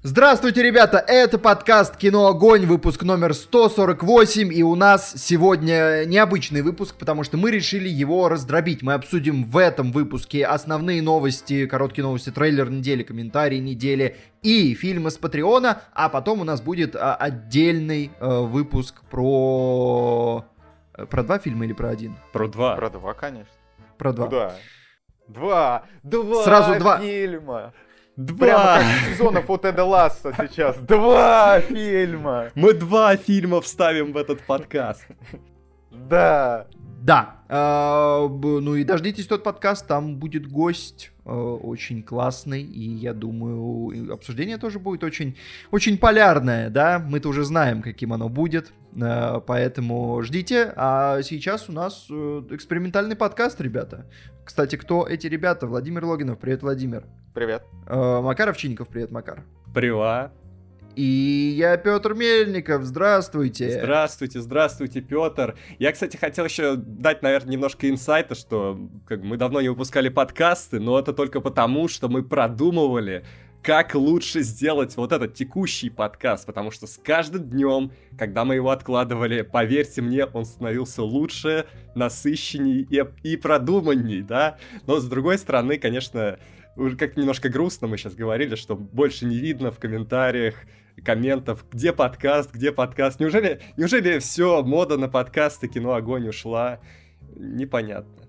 Здравствуйте, ребята! Это подкаст «Кино Огонь», выпуск номер 148, и у нас сегодня необычный выпуск, потому что мы решили его раздробить. Мы обсудим в этом выпуске основные новости, короткие новости, трейлер недели, комментарии недели и фильмы с Патреона, а потом у нас будет отдельный выпуск про... Про два фильма или про один? Про два. Про два, конечно. Про два. Два Сразу два фильма. Прямо как сезонов у Теда Лассо сейчас. Два фильма. Мы два фильма вставим в этот подкаст. Да. Ну и дождитесь тот подкаст, там будет гость очень классный, и я думаю, обсуждение тоже будет очень, очень полярное, да, мы-то уже знаем, каким оно будет, поэтому ждите, а сейчас у нас экспериментальный подкаст, ребята. Кстати, кто эти ребята? Владимир Логинов, привет, Владимир. Привет. Макар Овчинников, привет, Макар. Привет. И я Петр Мельников, здравствуйте. Здравствуйте, Петр. Я, кстати, хотел еще дать, наверное, немножко инсайта, что мы давно не выпускали подкасты, но это только потому, что мы продумывали, как лучше сделать вот этот текущий подкаст, потому что с каждым днем, когда мы его откладывали, поверьте мне, он становился лучше, насыщенней и продуманней, да? Но с другой стороны, конечно, уже как-то немножко грустно мы сейчас говорили, что больше не видно в комментариях, комментов, где подкаст. Неужели все, мода на подкасты, кино Огонь ушла? Непонятно.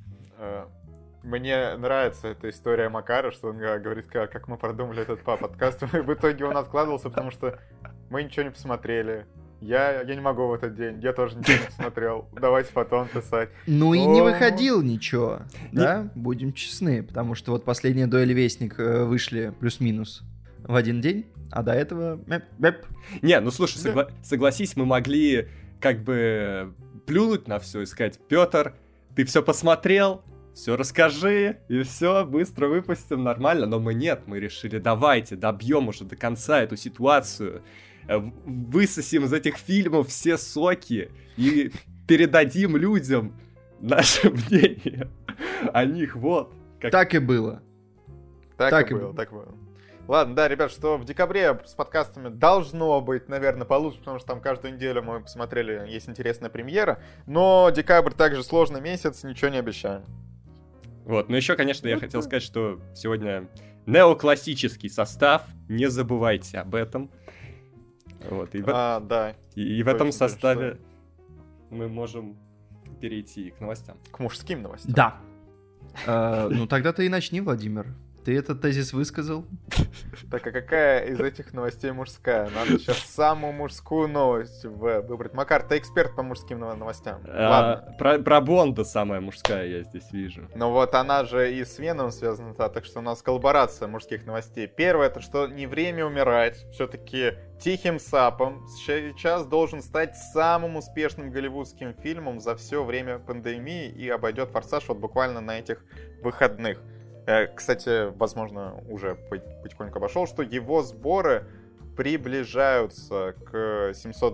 Мне нравится эта история Макара, что он говорит, как мы продумали этот подкаст. В итоге он откладывался, потому что мы ничего не посмотрели. Я не могу в этот день, я тоже ничего не посмотрел. Давайте потом писать. Ну и не выходил ничего, да? Будем честны, потому что вот последняя дуэль и Вестник вышли плюс-минус в один день, а до этого... Не, ну слушай, согласись, мы могли как бы плюнуть на все и сказать: Петр, ты все посмотрел, все расскажи, и все, быстро выпустим, нормально. Но мы решили, давайте добьем уже до конца эту ситуацию, высосим из этих фильмов все соки и передадим людям наше мнение о них, вот. Так и было. Так и было. Ладно, да, ребят, что в декабре с подкастами должно быть, наверное, получше, потому что там каждую неделю мы посмотрели, есть интересная премьера, но декабрь также сложный месяц, ничего не обещаем. Вот, но еще, конечно, я хотел сказать, что сегодня неоклассический состав, не забывайте об этом. Вот, да. И в этом составе мы можем перейти к новостям. К мужским новостям. Да. Ну тогда ты и начни, Владимир. Ты этот тезис высказал. Так, а какая из этих новостей мужская? Надо сейчас самую мужскую новость выбрать. Макар, ты эксперт по мужским новостям. Ладно. Про Бонда самая мужская я здесь вижу. Ну вот она же и с Веном связана, так что у нас коллаборация мужских новостей. Первое, это что не время умирать. Все-таки «Тихим сапом» сейчас должен стать самым успешным голливудским фильмом за все время пандемии и обойдет «Форсаж» вот буквально на этих выходных. Кстати, возможно, уже потихоньку обошел, что его сборы приближаются к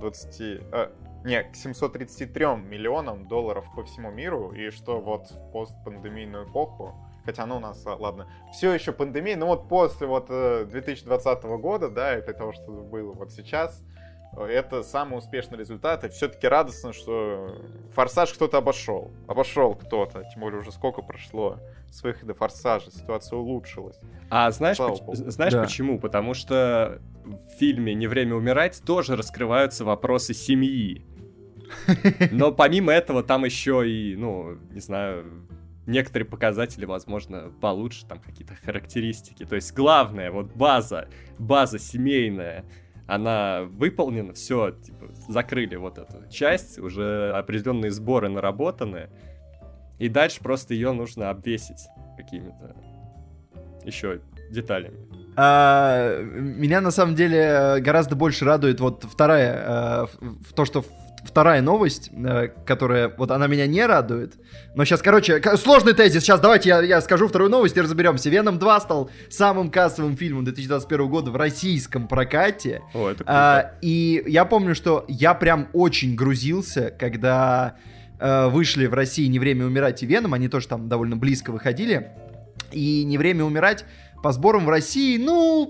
733 миллионам долларов по всему миру, и что вот в постпандемийную эпоху, хотя у нас, ладно, все еще пандемия, но вот после 2020 года, да, это того, что было вот сейчас, это самый успешный результат, и все-таки радостно, что «Форсаж» кто-то обошел. Обошел кто-то, тем более уже сколько прошло с выхода «Форсажа», ситуация улучшилась. А знаешь почему? Потому что в фильме «Не время умирать» тоже раскрываются вопросы семьи. Но помимо этого там еще и, не знаю, некоторые показатели, возможно, получше, там какие-то характеристики. То есть главное, вот база семейная, она выполнена, все, типа, закрыли вот эту часть, уже определенные сборы наработаны, и дальше просто ее нужно обвесить какими-то еще деталями. Меня на самом деле гораздо больше радует вот вторая новость, которая, вот она меня не радует. Но сейчас, сложный тезис. Сейчас давайте я скажу вторую новость и разберемся. «Веном 2» стал самым кассовым фильмом 2021 года в российском прокате. О, это круто. И я помню, что я прям очень грузился, когда вышли в России «Не время умирать» и «Веном». Они тоже там довольно близко выходили. И «Не время умирать» по сборам в России,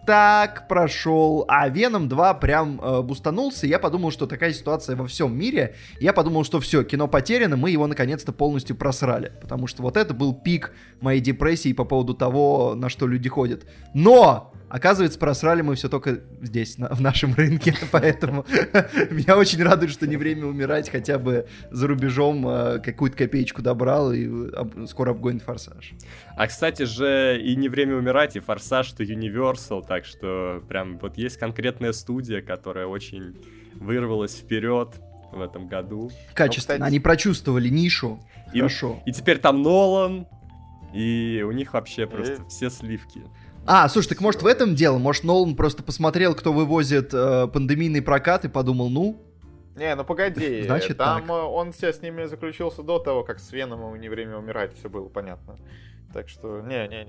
так прошел, а Веном 2 прям бустанулся. Я подумал, что такая ситуация во всем мире. Я подумал, что все, кино потеряно, мы его наконец-то полностью просрали. Потому что вот это был пик моей депрессии по поводу того, на что люди ходят. Но! Оказывается, просрали мы все только здесь, в нашем рынке, поэтому меня очень радует, что не время умирать, хотя бы за рубежом какую-то копеечку добрал, и скоро обгонит «Форсаж». А, кстати же, и не время умирать, и «Форсаж», что Universal, так что прям вот есть конкретная студия, которая очень вырвалась вперед в этом году. Качественно, кстати, они прочувствовали нишу, хорошо. И теперь там Нолан, и у них вообще просто все сливки. Слушай, так может в этом дело? Может Нолан просто посмотрел, кто вывозит пандемийный прокат и подумал, ну... Не, ну погоди, значит, там так. Он все с ними заключился до того, как с Веномом «Не время умирать», все было понятно. Так что,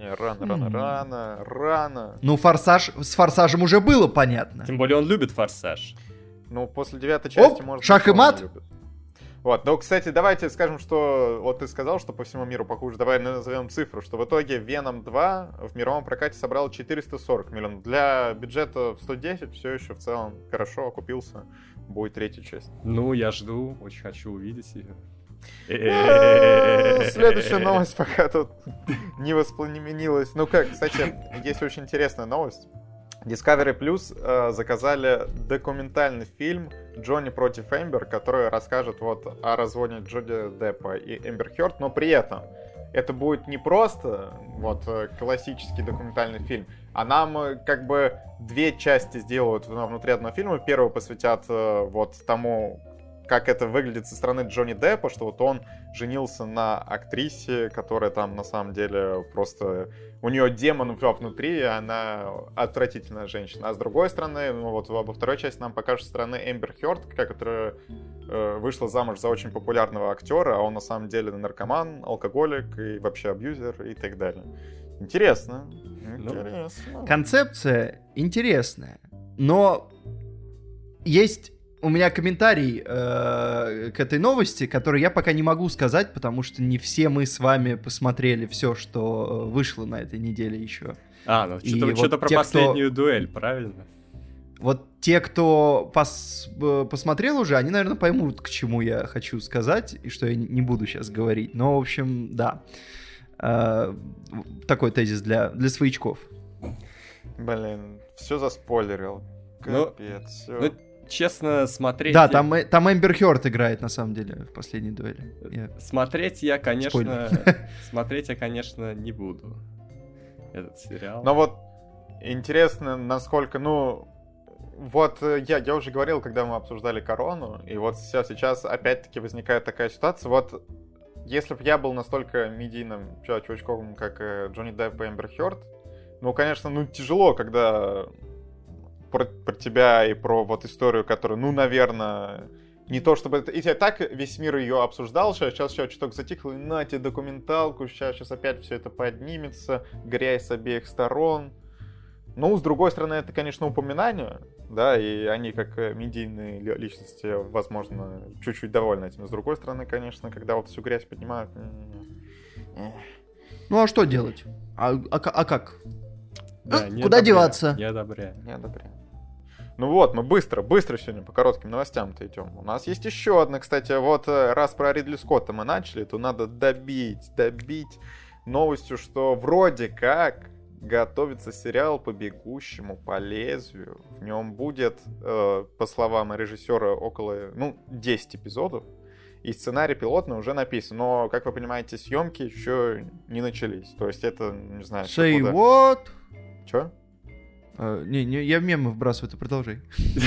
рано. Ну, с «Форсажем» уже было понятно. Тем более он любит «Форсаж». Ну, после 9-й части, может... шах и мат? Вот, ну, кстати, давайте скажем, что... Вот ты сказал, что по всему миру похуже. Давай назовем цифру, что в итоге «Веном 2» в мировом прокате собрал 440 миллионов. Для бюджета в 110 все еще в целом хорошо окупился. Будет третья часть. Ну, я жду, очень хочу увидеть ее. Следующая новость пока тут не воспламенилась. Ну как, кстати, есть очень интересная новость. Discovery Plus заказали документальный фильм «Джонни против Эмбер», который расскажет вот о разводе Джонни Деппа и Эмбер Хёрд, но при этом это будет не просто вот классический документальный фильм, а нам как бы две части сделают внутри одного фильма. Первую посвятят вот тому, как это выглядит со стороны Джонни Деппа, что вот он женился на актрисе, которая там на самом деле просто... У нее демон внутри, и она отвратительная женщина. А с другой стороны, ну вот во второй части нам покажут со стороны Эмбер Хёрд, которая вышла замуж за очень популярного актера, а он на самом деле наркоман, алкоголик и вообще абьюзер и так далее. Интересно. Концепция интересная, но есть... У меня комментарий к этой новости, который я пока не могу сказать, потому что не все мы с вами посмотрели все, что вышло на этой неделе еще. Ну что-то про последнюю дуэль, правильно? Вот те, кто посмотрел уже, они, наверное, поймут, к чему я хочу сказать, и что я не буду сейчас говорить. Но, в общем, да. Такой тезис для своячков. Блин, все заспойлерил. Капец, все. Честно, смотреть... Да, там Эмбер Хёрд играет, на самом деле, в последней дуэли. Смотреть я, конечно, не буду этот сериал. Но вот интересно, насколько, вот я уже говорил, когда мы обсуждали «Корону», и вот сейчас опять-таки возникает такая ситуация, вот если бы я был настолько медийным чувачком, как Джонни Депп и Эмбер Хёрд, конечно, тяжело, когда... про тебя и про вот историю, которая, наверное, не то чтобы... И так весь мир ее обсуждал, сейчас чуток затихло, и на тебе документалку, сейчас опять все это поднимется, грязь с обеих сторон. С другой стороны, это, конечно, упоминание, да, и они, как медийные личности, возможно, чуть-чуть довольны этим. С другой стороны, конечно, когда вот всю грязь поднимают... А что делать? А как? Да, куда деваться? Не одобряю. Мы быстро сегодня по коротким новостям-то идем. У нас есть еще одна, кстати, вот раз про Ридли Скотта мы начали, то надо добить новостью, что вроде как готовится сериал по «Бегущему по лезвию». В нем будет, по словам режиссера, около 10 эпизодов. И сценарий пилотный уже написан, но, как вы понимаете, съемки еще не начались. То есть это, не знаю... Say what? Чё? Не, я мемы вбрасываю, ты продолжай.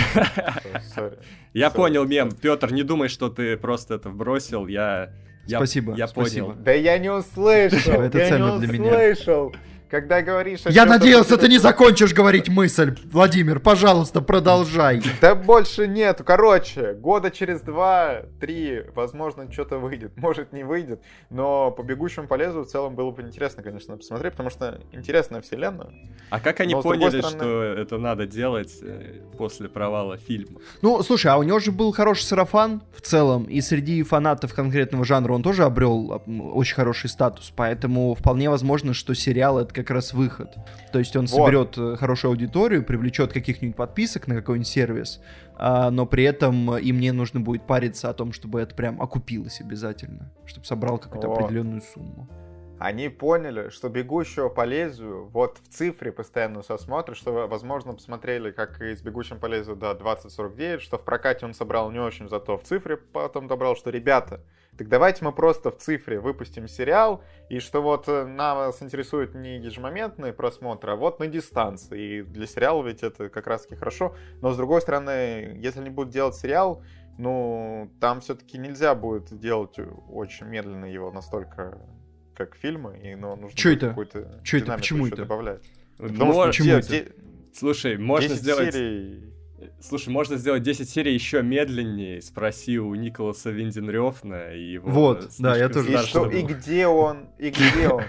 Я понял мем. Петр, не думай, что ты просто это вбросил. Спасибо. Я понял. Да я не услышал. Это ценно для меня. Когда говоришь... Я надеялся, ты не закончишь говорить мысль. Владимир, пожалуйста, продолжай. Да больше нету. Короче, года через 2-3, возможно, что-то выйдет. Может, не выйдет. Но по «Бегущему по лезвию» в целом было бы интересно, конечно, посмотреть, потому что интересная вселенная. А как они поняли, что это надо делать после провала фильма? Слушай, а у него же был хороший сарафан в целом, и среди фанатов конкретного жанра он тоже обрел очень хороший статус, поэтому вполне возможно, что сериал — это как раз выход. То есть он Вот. соберет хорошую аудиторию, привлечет каких-нибудь подписок на какой-нибудь сервис, но при этом им не нужно будет париться о том, чтобы это прям окупилось обязательно, чтобы собрал какую-то Вот. определенную сумму. Они поняли, что «Бегущего по лезвию» вот в цифре постоянно все смотрят, что, возможно, посмотрели, как и с «Бегущим по лезвию» до 2049, что в прокате он собрал не очень, зато в цифре потом добрал, что, ребята, так давайте мы просто в цифре выпустим сериал, и что вот нас интересует не ежемоментный просмотр, а вот на дистанции. И для сериала ведь это как раз-таки хорошо. Но, с другой стороны, если они будут делать сериал, ну, там все-таки нельзя будет делать очень медленно его настолько... как фильмы, и нужно Чё будет это? какую-то Чё это? динамику Почему еще это? добавлять. Может- Потому что Почему это? Слушай, можно 10 сделать... серий... Слушай, можно сделать 10 серий еще медленнее. Спроси у Николаса Винден-Рёфна и его... Вот, да, я тоже И, страшно что, было. и где он? И где он?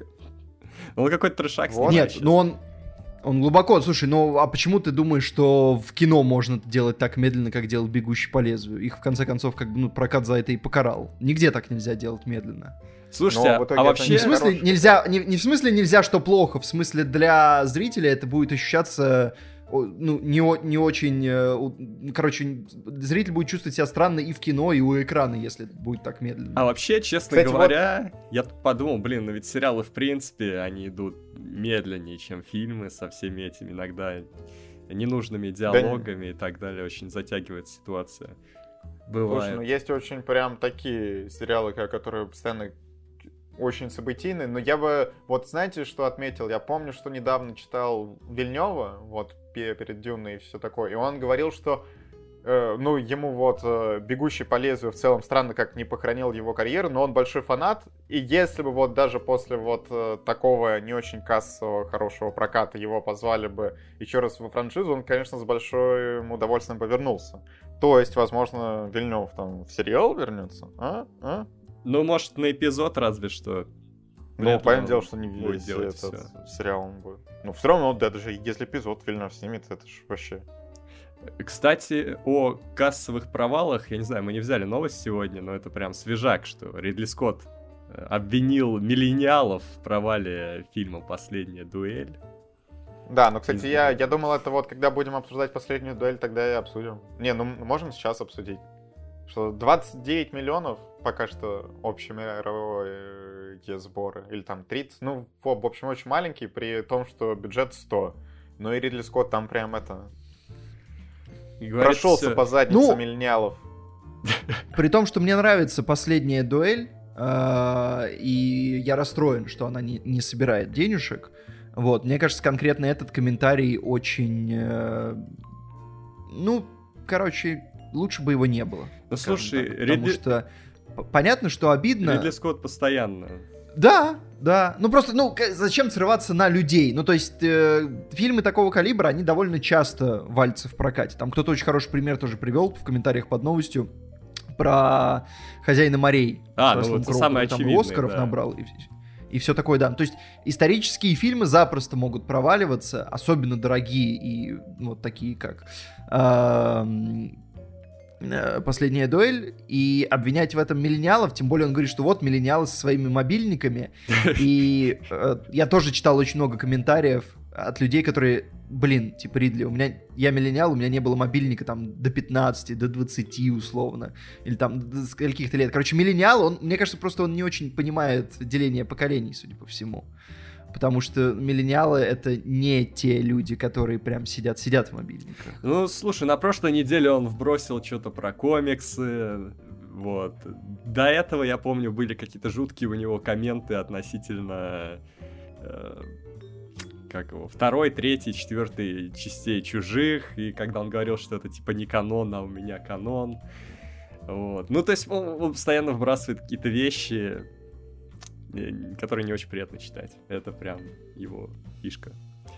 Он какой-то трешак Вот. снимает Нет, сейчас. ну он глубоко... Слушай, ну а почему ты думаешь, что в кино можно делать так медленно, как делал «Бегущий по лезвию»? Их, в конце концов, как бы, ну, прокат за это и покарал. Нигде так нельзя делать медленно. Слушайте, Но в итоге а это вообще... Не в смысле хороший. нельзя, не в смысле нельзя, что плохо, в смысле для зрителя это будет ощущаться, ну, не очень, короче, зритель будет чувствовать себя странно и в кино, и у экрана, если будет так медленно. А вообще, честно Кстати, говоря, я тут подумал, блин, ну ведь сериалы, в принципе, они идут медленнее, чем фильмы со всеми этими иногда ненужными диалогами и так далее. Очень затягивает ситуация. Бывает. Слушай, ну есть очень прям такие сериалы, которые постоянно очень событийные, но я бы, вот знаете, что отметил? Я помню, что недавно читал Вильнёва, вот перед Дюной и все такое, и он говорил, что ну, ему вот «Бегущий по лезвию» в целом странно, как не похоронил его карьеру, но он большой фанат, и если бы вот даже после вот такого не очень кассового хорошего проката его позвали бы еще раз во франшизу, он, конечно, с большим удовольствием повернулся. То есть, возможно, Вильнёв там в сериал вернется? А? Ну, может, на эпизод разве что. Ну, Вряд ли понятное он дело, что не будет весь делать этот всё. сериал он будет. Ну, все равно, да, даже если эпизод Вильнёв снимет, это ж вообще... Кстати, о кассовых провалах, я не знаю, мы не взяли новость сегодня, но это прям свежак, что Ридли Скотт обвинил миллениалов в провале фильма «Последняя дуэль». Да, ну, кстати, Не я знаю. думал, это вот, когда будем обсуждать «Последнюю дуэль», тогда и обсудим. Не, ну, можем сейчас обсудить. Что 29 миллионов пока что общемировые сборы, или там 30, ну, в общем, очень маленький, при том, что бюджет 100. Ну и Ридли Скотт там прям И говорит, прошелся всё. по заднице Ну, миллениалов. При том, что мне нравится «Последняя дуэль», и я расстроен, что она не собирает денежек. Вот, мне кажется, конкретно этот комментарий очень... ну, короче, лучше бы его не было. Ну, скажем слушай, так, потому Ридли- что понятно, что обидно. Ридли Скотт постоянно. Да. Ну просто, ну зачем срываться на людей? Ну то есть фильмы такого калибра, они довольно часто валятся в прокате. Там кто-то очень хороший пример тоже привел в комментариях под новостью про «Хозяина морей». А, с ну Расселом вот это Кроу, самое который там очевидное, Оскаров да. набрал и все такое, да. То есть исторические фильмы запросто могут проваливаться, особенно дорогие и вот такие как «Последняя дуэль», и обвинять в этом миллениалов, тем более он говорит, что вот миллениалы со своими мобильниками, и я тоже читал очень много комментариев от людей, которые, блин, типа, Ридли, я миллениал, у меня не было мобильника там до 15, до 20 условно, или там до скольких-то лет. Короче, миллениал, мне кажется, просто он не очень понимает деление поколений, судя по всему. Потому что миллениалы — это не те люди, которые прям сидят в мобильниках. Ну, слушай, на прошлой неделе он вбросил что-то про комиксы, вот. До этого, я помню, были какие-то жуткие у него комменты относительно... как его, 2, 3, 4 частей «Чужих», и когда он говорил, что это типа не канон, а у меня канон. Вот. Ну, то есть он постоянно вбрасывает какие-то вещи, которые не очень приятно читать. Это прям его фишка.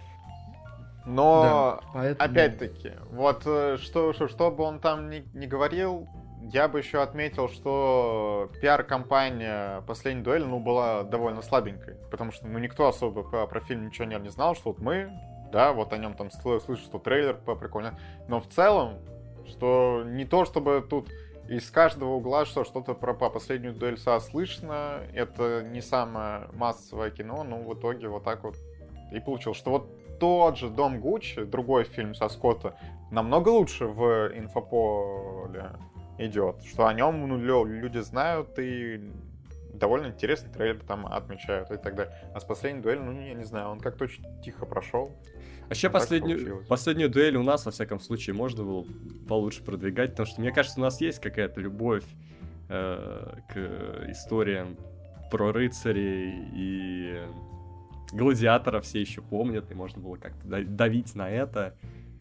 Но, Да, поэтому- опять-таки, вот что бы он там ни говорил, я бы еще отметил, что пиар-компания «Последняя дуэль», ну, была довольно слабенькой, потому что, ну, никто особо про фильм ничего не знал, что вот мы, да, вот о нем там слышали, что трейлер прикольно, но в целом, что не то, чтобы тут из каждого угла что-то про последнюю дуэль слышно. Это не самое массовое кино, но в итоге вот так вот и получилось, что вот тот же «Дом Гуччи», другой фильм со Скотта, намного лучше в инфополе идет, что о нем люди знают и довольно интересный трейлер там отмечают и так далее. А с последней дуэлью, я не знаю, он как-то очень тихо прошел. Вообще последнюю дуэль у нас, во всяком случае, можно было получше продвигать, потому что, мне кажется, у нас есть какая-то любовь к историям про рыцарей и гладиатора все еще помнят, и можно было как-то давить на это.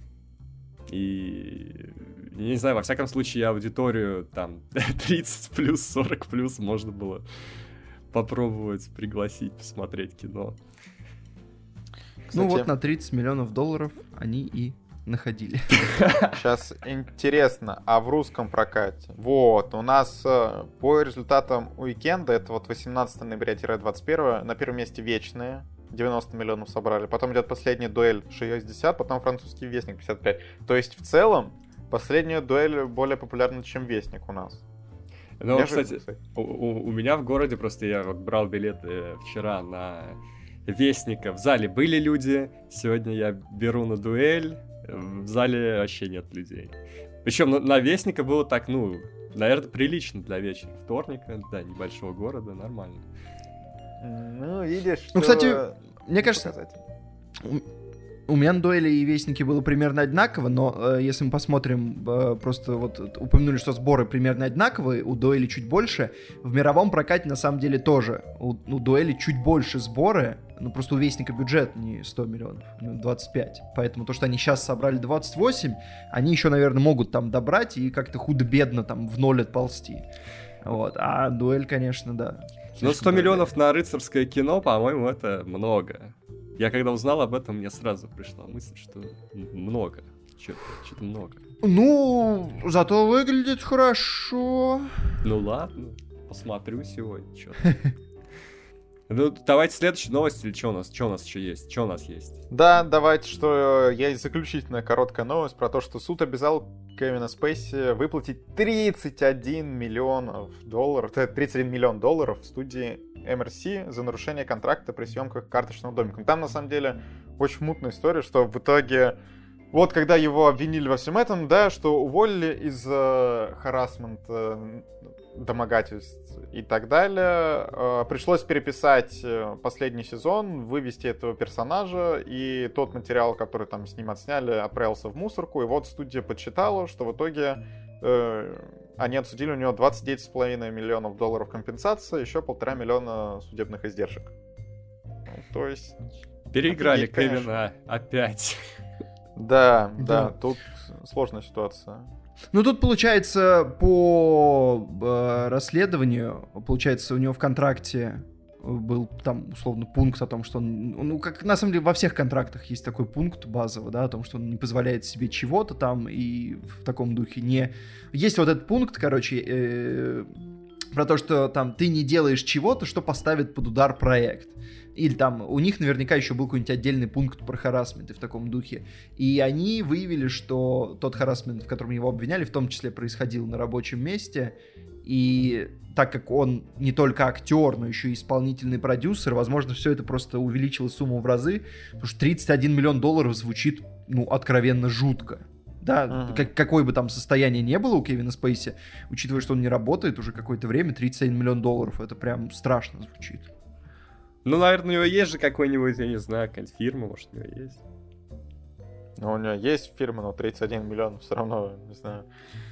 И, я не знаю, во всяком случае, аудиторию там 30+, 40+, можно было попробовать пригласить посмотреть кино. Кстати, вот на $30 миллионов они и находили. Сейчас интересно, а в русском прокате? Вот, у нас по результатам уикенда, это вот 18 ноября-21, на первом месте «Вечные», 90 миллионов собрали. Потом идет «Последняя дуэль» 60, потом «Французский вестник» 55. То есть в целом «Последняя дуэль» более популярна, чем «Вестник» у нас. Ну, кстати, у меня в городе просто я вот брал билеты вчера на «Вестника». В зале были люди, сегодня я беру на дуэль, в зале вообще нет людей. Причем на «Вестника» было так, наверное, прилично для вечера вторника, да, небольшого города, нормально. Ну, видишь, что... Ну, кстати, мне кажется, у меня на дуэли и «Вестнике» было примерно одинаково, но если мы посмотрим, просто вот упомянули, что сборы примерно одинаковые, у дуэли чуть больше, в мировом прокате на самом деле тоже. У дуэли чуть больше сборы, просто у «Вестника» бюджет не 100 миллионов, 25. Поэтому то, что они сейчас собрали 28, они еще, наверное, могут там добрать и как-то худо-бедно там в ноль отползти. Вот. А дуэль, конечно, да. Но 100 миллионов на рыцарское кино, по-моему, это много. Я когда узнал об этом, мне сразу пришла мысль, что много. Что-то много. Ну, зато выглядит хорошо. Ну ладно, посмотрю сегодня. Ну, давайте следующую новость, или что у нас еще есть? Что у нас есть? Да, давайте, что есть заключительная короткая новость про то, что суд обязал Кевина Спейси выплатить $31 миллион в студии MRC за нарушение контракта при съемках «Карточного домика». Там, на самом деле, очень мутная история, что в итоге... Вот когда его обвинили во всем этом, да, что уволили из-за харассмента, домогательств и так далее, пришлось переписать последний сезон, вывести этого персонажа, и тот материал, который там с ним отсняли, отправился в мусорку, и вот студия подсчитала, что в итоге они отсудили у него $29,5 миллионов компенсации, еще $1,5 миллиона судебных издержек. Ну, то есть... Переиграли Кевина опять. Да, тут сложная ситуация. Ну, тут, получается, по расследованию, получается, у него в контракте был там, условно, пункт о том, что он, как на самом деле во всех контрактах есть такой пункт базовый, да, о том, что он не позволяет себе чего-то там, и в таком духе не... Есть вот этот пункт, короче, про то, что там ты не делаешь чего-то, что поставит под удар проект. Или там у них наверняка еще был какой-нибудь отдельный пункт про харассмент в таком духе. И они выявили, что тот харассмент, в котором его обвиняли, в том числе происходил на рабочем месте. И так как он не только актер, но еще и исполнительный продюсер, возможно, все это просто увеличило сумму в разы, потому что $31 миллион звучит, откровенно жутко. Да, какое бы там состояние не было у Кевина Спейси, учитывая, что он не работает уже какое-то время, $31 миллион, это прям страшно звучит. Ну, наверное, у него есть же какой-нибудь, я не знаю, какая-нибудь фирма, может, у него есть. Ну, у него есть фирма, но 31 миллион все равно, не знаю.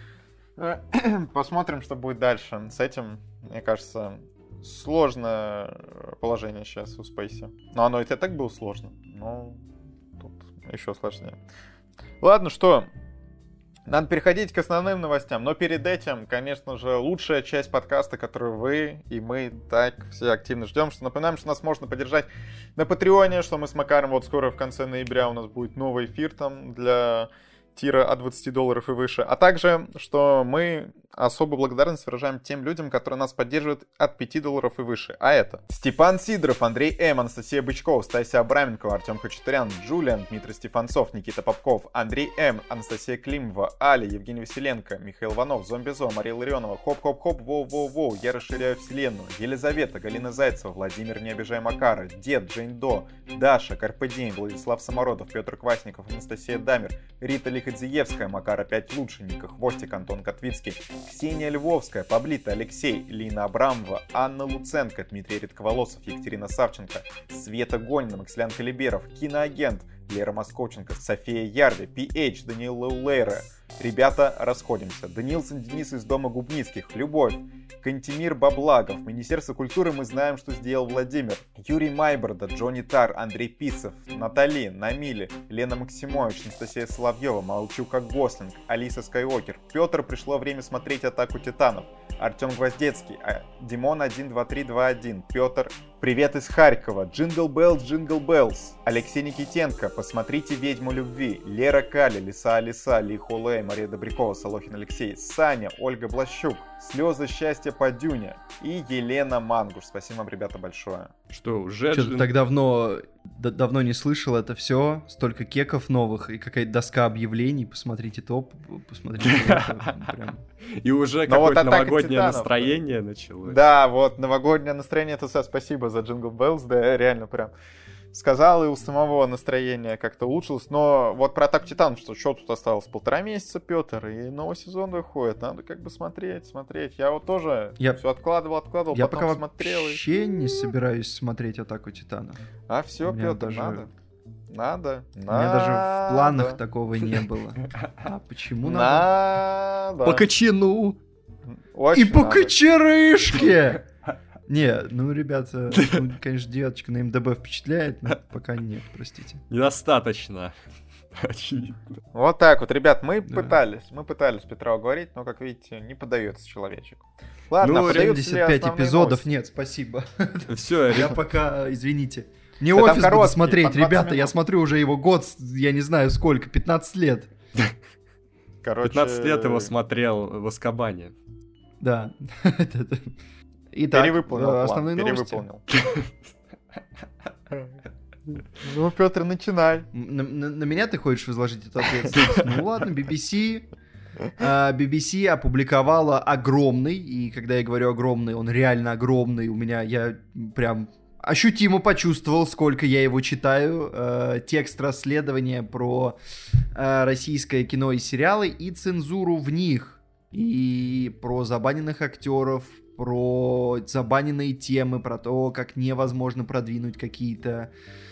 Посмотрим, что будет дальше с этим. Мне кажется, сложное положение сейчас у Спейси. Но оно и так было сложно, но тут еще сложнее. Ладно, что... Надо переходить к основным новостям, но перед этим, конечно же, лучшая часть подкаста, которую вы и мы так все активно ждем, что напоминаем, что нас можно поддержать на Патреоне, что мы с Макаром вот скоро в конце ноября у нас будет новый эфир там для тира от $20 и выше. А также, что мы особую благодарность выражаем тем людям, которые нас поддерживают от $5 и выше. А это Степан Сидоров, Андрей М., Анастасия Бычкова, Стасия Абраменкова, Артем Хачатурян, Джулиан, Дмитрий Стефанцов, Никита Попков, Андрей М., Анастасия Климова, Али, Евгений Василенко, Михаил Иванов, Зомбизо, Мария Ларионова, Хоп-Хоп-Хоп, Воу-Воу-Воу, Я расширяю вселенную, Елизавета, Галина Зайцева, Владимир Не обижай Макара, Дед, Джейн До, Даша, Карпе Дiem, Владислав Самородов, Петр Квасников, Анастасия Дамер, Рита Лиходзиевская, Макар опять лучше, Ника Хвостик, Антон Котвицкий, Ксения Львовская, Паблита, Алексей, Лина Абрамова, Анна Луценко, Дмитрий Редковолосов, Екатерина Савченко, Света Гонина, Максилян Калиберов, Киноагент, Лера Московченко, София Ярви, PH, Даниил Лаулейра. Ребята, расходимся. Данилсон Денис из дома Губницких, Любовь, Кантемир Баблагов, Министерство культуры мы знаем, что сделал Владимир, Юрий Майборда, Джонни Тар, Андрей Писов, Натали, Намили, Лена Максимович, Анастасия Соловьева, Молчу как Гослинг, Алиса Скайуокер, Петр, пришло время смотреть «Атаку титанов», Артем Гвоздецкий, Димон 12321, Петр, привет из Харькова, Джингл Беллс, Алексей Никитенко, посмотрите «Ведьму любви», Лера Кали, Лиса Алиса, Ли Холей, Мария Добрякова, Солохин Алексей, Саня, Ольга Блащук, Слезы счастья по Дюне и Елена Мангуш. Спасибо вам, ребята, большое. Что, уже... Что-то так давно не слышал это все. Столько кеков новых и какая-то доска объявлений. Посмотрите топ, посмотрите. И уже какое-то новогоднее настроение началось. Да, вот, новогоднее настроение. Это спасибо за Jingle Bells, да, реально прям сказал, и у самого настроение как-то улучшилось. Но вот про «Атаку титанов», что тут осталось 1,5 месяца, Петр, и новый сезон выходит. Надо как бы смотреть. Я вот тоже все откладывал, я потом пока смотрел. Я вообще не собираюсь смотреть «Атаку титанов». А все, Петр, надо. У меня даже в планах такого не было. А почему надо? По кочану. И по кочерышке! Не, ну, ребята, конечно, 9 на МДБ впечатляет, но пока нет, простите. Недостаточно. Очевидно. Вот так вот, ребят, мы пытались Петра уговорить, но, как видите, не поддается человечек. Ладно, ну, 75 эпизодов нет, спасибо. Все, я пока, извините. Не офис буду смотреть, ребята, я смотрю уже его год, я не знаю сколько, 15 лет. 15 лет его смотрел в Азкабане. Да. Итак, основные новости. Ну, Петр, начинай. На меня ты хочешь возложить эту ответственность? Ну ладно, BBC опубликовала огромный, и когда я говорю огромный, он реально огромный. Я прям ощутимо почувствовал, сколько я его читаю. Текст расследования про российское кино и сериалы и цензуру в них. И про забаненных актеров, про забаненные темы, про то, как невозможно продвинуть какие-то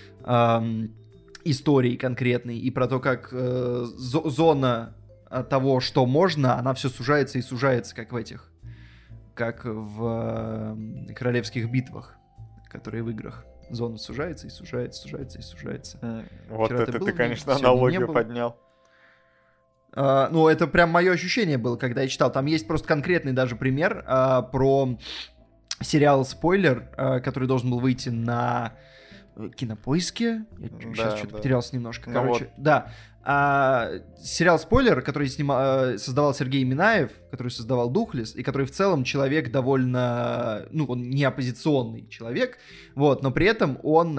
истории конкретные, и про то, как зона того, что можно, она все сужается и сужается, как в королевских битвах, которые в играх. Зона сужается и сужается. Вот это ты, конечно, аналогию поднял. Ну, это прям мое ощущение было, когда я читал. Там есть просто конкретный даже пример про сериал «Спойлер», который должен был выйти на Кинопоиске. Я сейчас что-то потерялся немножко. Короче, да. Сериал «Спойлер», который создавал Сергей Минаев, который создавал «Духлесс», и который в целом человек довольно... Ну, он не оппозиционный человек, вот, но при этом он...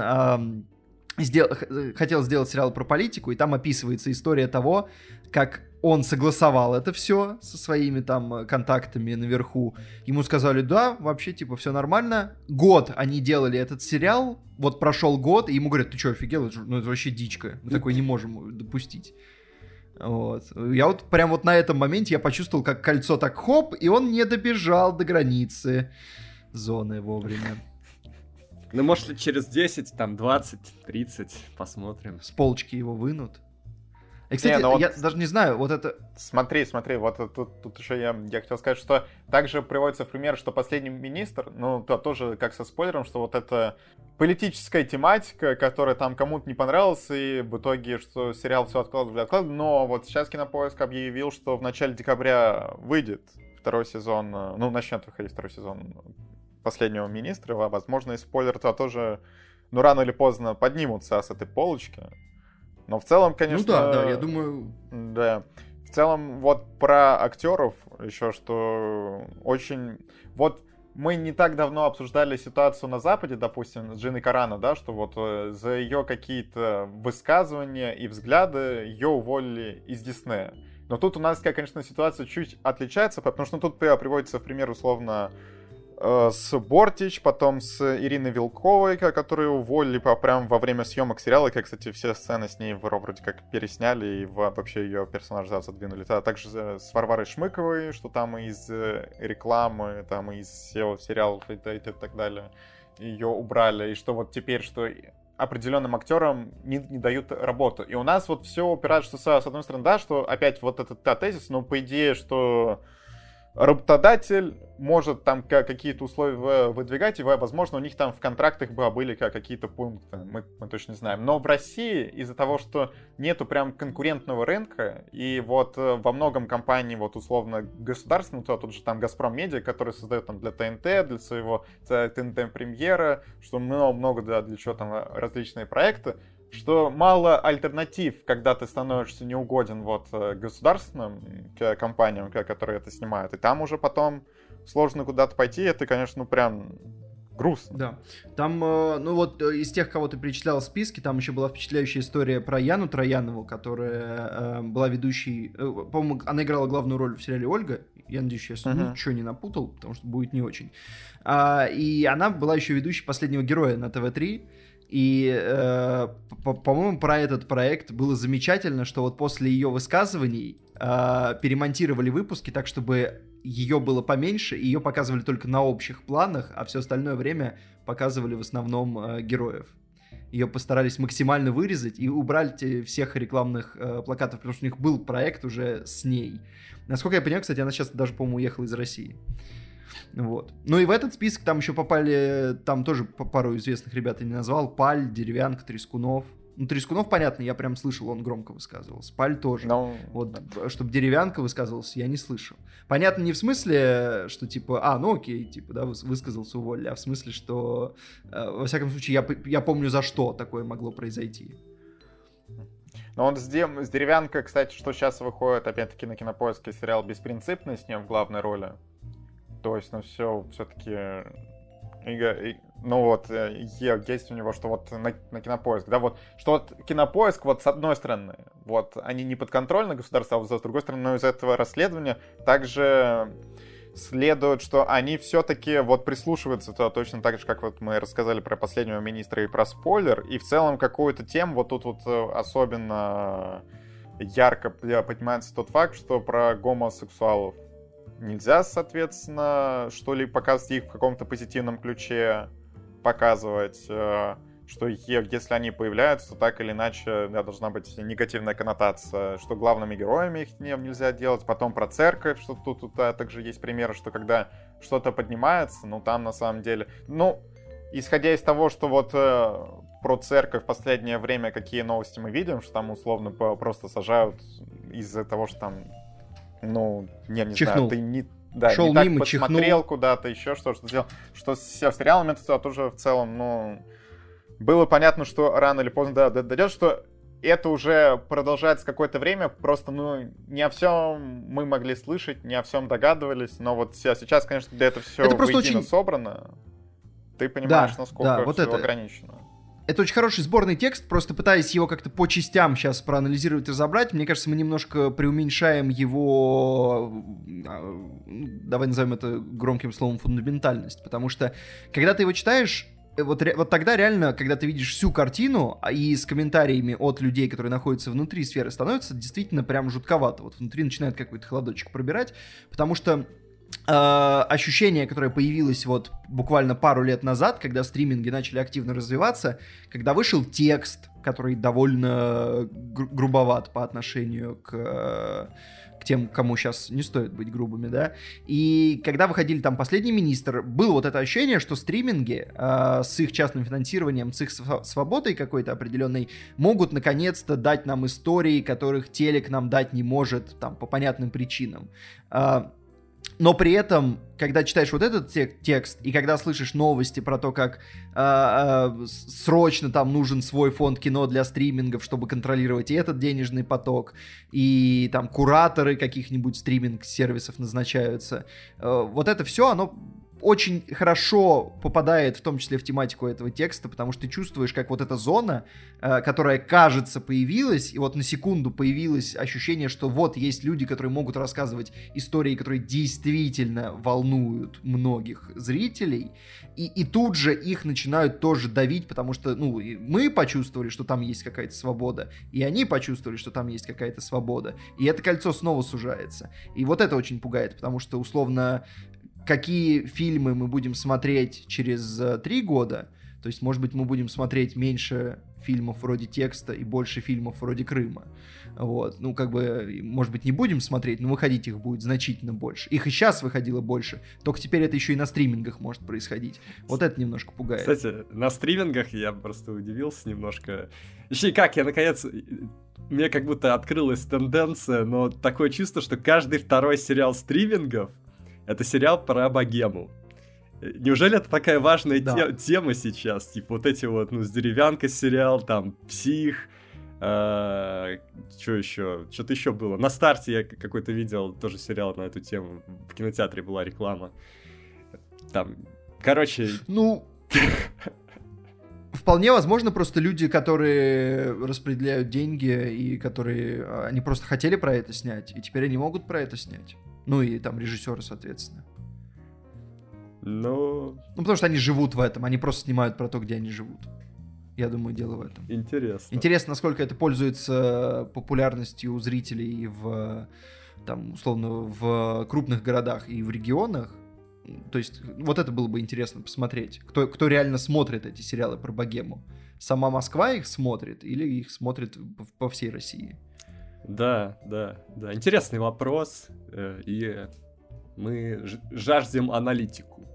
хотел сделать сериал про политику, и там описывается история того, как он согласовал это все со своими там контактами наверху. Ему сказали, да, вообще, типа, все нормально. Год они делали этот сериал, вот прошел год, и ему говорят, ты что, офигел? Ну, это вообще дичка, мы такое не можем допустить. Вот. Я вот прям вот на этом моменте я почувствовал, как кольцо так хоп, и он не добежал до границы зоны вовремя. Ну, может, через 10, там, 20, 30 посмотрим. С полочки его вынут. И, кстати, я даже не знаю, вот это... Смотри, вот тут еще я хотел сказать, что также приводится в пример, что «Последний министр», ну, то тоже как со спойлером, что вот это политическая тематика, которая там кому-то не понравилась, и в итоге, что сериал все откладывали, но вот сейчас Кинопоиск объявил, что в начале декабря выйдет второй сезон, ну, начнет выходить второй сезон «Последнего министра», возможно, и спойлер-то тоже, ну, рано или поздно поднимутся с этой полочки. Но в целом, конечно... Ну да, я думаю... Да. В целом, вот про актеров еще, что очень... Вот мы не так давно обсуждали ситуацию на Западе, допустим, с Джиной Карано, да, что вот за ее какие-то высказывания и взгляды ее уволили из Диснея. Но тут у нас, конечно, ситуация чуть отличается, потому что тут приводится в пример условно с Бортич, потом с Ириной Вилковой, которую уволили прям во время съемок сериала, кстати, все сцены с ней вроде как пересняли и вообще ее персонажа задвинули. А также с Варварой Шмыковой, что там из рекламы, там из SEO сериалов и так далее, ее убрали. И что вот теперь, что определенным актерам не дают работу. И у нас вот все упирается, что с одной стороны, да, что опять вот этот тезис, но по идее, что работодатель может там какие-то условия выдвигать, и, возможно, у них там в контрактах были какие-то пункты, мы точно не знаем. Но в России из-за того, что нету прям конкурентного рынка, и вот во многом компании, вот условно государственные, тут же там Газпром Медиа, который создает там для ТНТ, для своего ТНТ Премьера, что много для чего там различные проекты, что мало альтернатив, когда ты становишься неугоден вот государственным компаниям, которые это снимают, и там уже потом сложно куда-то пойти, это, конечно, прям грустно. Да, там, ну вот из тех, кого ты перечислял в списке, там еще была впечатляющая история про Яну Троянову, которая была ведущей, по-моему, она играла главную роль в сериале «Ольга», я надеюсь, я ничего не напутал, потому что будет не очень. И она была еще ведущей «Последнего героя» на ТВ-3, и, по-моему, про этот проект было замечательно, что вот после ее высказываний перемонтировали выпуски так, чтобы ее было поменьше, и ее показывали только на общих планах, а все остальное время показывали в основном героев. Ее постарались максимально вырезать и убрали всех рекламных плакатов, потому что у них был проект уже с ней. Насколько я понимаю, кстати, она сейчас даже, по-моему, уехала из России. Вот. Ну и в этот список там еще попали, там тоже пару известных ребят я не назвал, Паль, Деревянко, Трескунов. Ну, Трескунов, понятно, я прям слышал, он громко высказывался. Паль тоже. Вот, чтобы Деревянко высказывался, я не слышал. Понятно, не в смысле, что типа, ну окей, типа, да, высказался, уволили, а в смысле, что, во всяком случае, я помню, за что такое могло произойти. Ну, он с Деревянко, кстати, что сейчас выходит, опять-таки, на Кинопоиске сериал «Беспринципный» с ним в главной роли. То есть, ну, все-таки... Ну вот, есть у него, что вот на Кинопоиск, да, вот, что вот Кинопоиск, вот с одной стороны, вот, они не подконтрольны государству, а вот с другой стороны, но из этого расследования также следует, что они все-таки вот прислушиваются точно так же, как вот мы рассказали про последнего министра и про спойлер, и в целом какую-то тему вот тут вот особенно ярко поднимается тот факт, что про гомосексуалов нельзя, соответственно, что-либо показывать их в каком-то позитивном ключе, показывать, что если они появляются, то так или иначе должна быть негативная коннотация, что главными героями их нельзя делать. Потом про церковь, что тут также есть примеры, что когда что-то поднимается, ну там на самом деле... Ну, исходя из того, что вот про церковь в последнее время какие новости мы видим, что там условно просто сажают из-за того, что там... Ну, не знаю, ты не, шел не так мимо, посмотрел чихнул. Куда-то, еще что-то сделал. Что с сериалами это тоже в целом, ну, было понятно, что рано или поздно дойдет, что это уже продолжается какое-то время, просто, ну, не о всем мы могли слышать, не о всем догадывались, но вот сейчас, конечно, когда это все воедино очень... собрано, ты понимаешь, насколько вот все это... ограничено. Это очень хороший сборный текст, просто пытаясь его как-то по частям сейчас проанализировать и разобрать, мне кажется, мы немножко преуменьшаем его, давай назовем это громким словом, фундаментальность, потому что, когда ты его читаешь, вот тогда реально, когда ты видишь всю картину, и с комментариями от людей, которые находятся внутри сферы, становится действительно прям жутковато, вот внутри начинает какой-то холодочек пробирать, потому что ощущение, которое появилось вот буквально пару лет назад, когда стриминги начали активно развиваться, когда вышел текст, который довольно грубоват по отношению к тем, кому сейчас не стоит быть грубыми, да, и когда выходили там «Последний министр», было вот это ощущение, что стриминги с их частным финансированием, с их свободой какой-то определенной, могут наконец-то дать нам истории, которых телек нам дать не может, там, по понятным причинам. Но при этом, когда читаешь вот этот текст, и когда слышишь новости про то, как срочно там нужен свой фонд кино для стримингов, чтобы контролировать и этот денежный поток, и там кураторы каких-нибудь стриминг-сервисов назначаются, вот это все, оно очень хорошо попадает в том числе в тематику этого текста, потому что ты чувствуешь, как вот эта зона, которая, кажется, появилась, и вот на секунду появилось ощущение, что вот есть люди, которые могут рассказывать истории, которые действительно волнуют многих зрителей, и тут же их начинают тоже давить, потому что, ну, мы почувствовали, что там есть какая-то свобода, и они почувствовали, что там есть какая-то свобода, и это кольцо снова сужается. И вот это очень пугает, потому что, условно, какие фильмы мы будем смотреть через 3 года, то есть, может быть, мы будем смотреть меньше фильмов вроде «Текста» и больше фильмов вроде «Крыма». Вот. Ну, как бы, может быть, не будем смотреть, но выходить их будет значительно больше. Их и сейчас выходило больше, только теперь это еще и на стримингах может происходить. Вот это немножко пугает. Кстати, на стримингах я просто удивился немножко. Еще и как, я наконец... Мне как будто открылась тенденция, но такое чувство, что каждый второй сериал стримингов это сериал про богему. Неужели это такая важная тема сейчас? Типа вот эти вот, ну, с деревянкой сериал, там, «Псих», что еще? Что-то еще было. На старте я какой-то видел тоже сериал на эту тему. В кинотеатре была реклама. Там, короче... Ну... Вполне возможно, просто люди, которые распределяют деньги, и которые... Они просто хотели про это снять, и теперь они могут про это снять. Ну и там режиссеры, соответственно. Ну, потому что они живут в этом, они просто снимают про то, где они живут. Я думаю, дело в этом. Интересно. Интересно, насколько это пользуется популярностью у зрителей в, там, условно, в крупных городах и в регионах. То есть, вот это было бы интересно посмотреть. Кто реально смотрит эти сериалы про богему? Сама Москва их смотрит или их смотрит по всей России? Да. Интересный вопрос. И мы жаждем аналитику.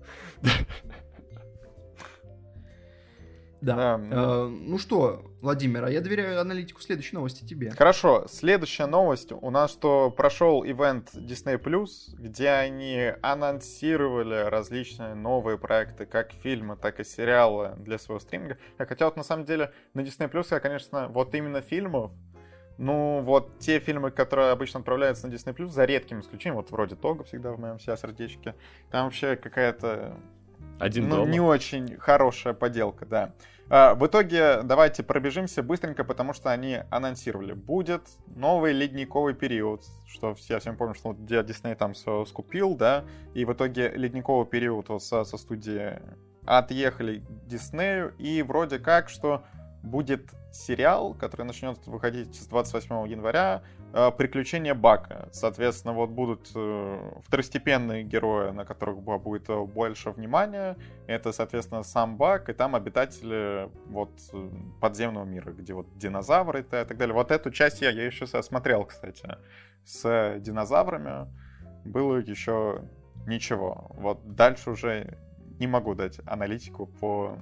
Да. Ну что, Владимир, а я доверяю аналитику следующей новости тебе. Хорошо, следующая новость у нас, что прошел ивент Disney+, где они анонсировали различные новые проекты, как фильмы, так и сериалы для своего стриминга. Хотя вот на самом деле на Disney+, я, конечно, вот именно фильмов, ну вот те фильмы, которые обычно отправляются на Disney+, за редким исключением, вот вроде Тога всегда в моем сердечке, там вообще какая-то... не очень хорошая поделка, да. В итоге давайте пробежимся быстренько, потому что они анонсировали. Будет новый ледниковый период, что я всем помню, что вот Дисней там все скупил, да, и в итоге ледниковый период вот со студии отъехали к Диснею, и вроде как, что будет сериал, который начнет выходить с 28 января, «Приключения Бака». Соответственно, вот будут второстепенные герои, на которых будет больше внимания. Это, соответственно, сам Бак, и там обитатели вот подземного мира, где вот динозавры и так далее. Вот эту часть я еще смотрел, кстати, с динозаврами. Было еще ничего. Вот дальше уже не могу дать аналитику по...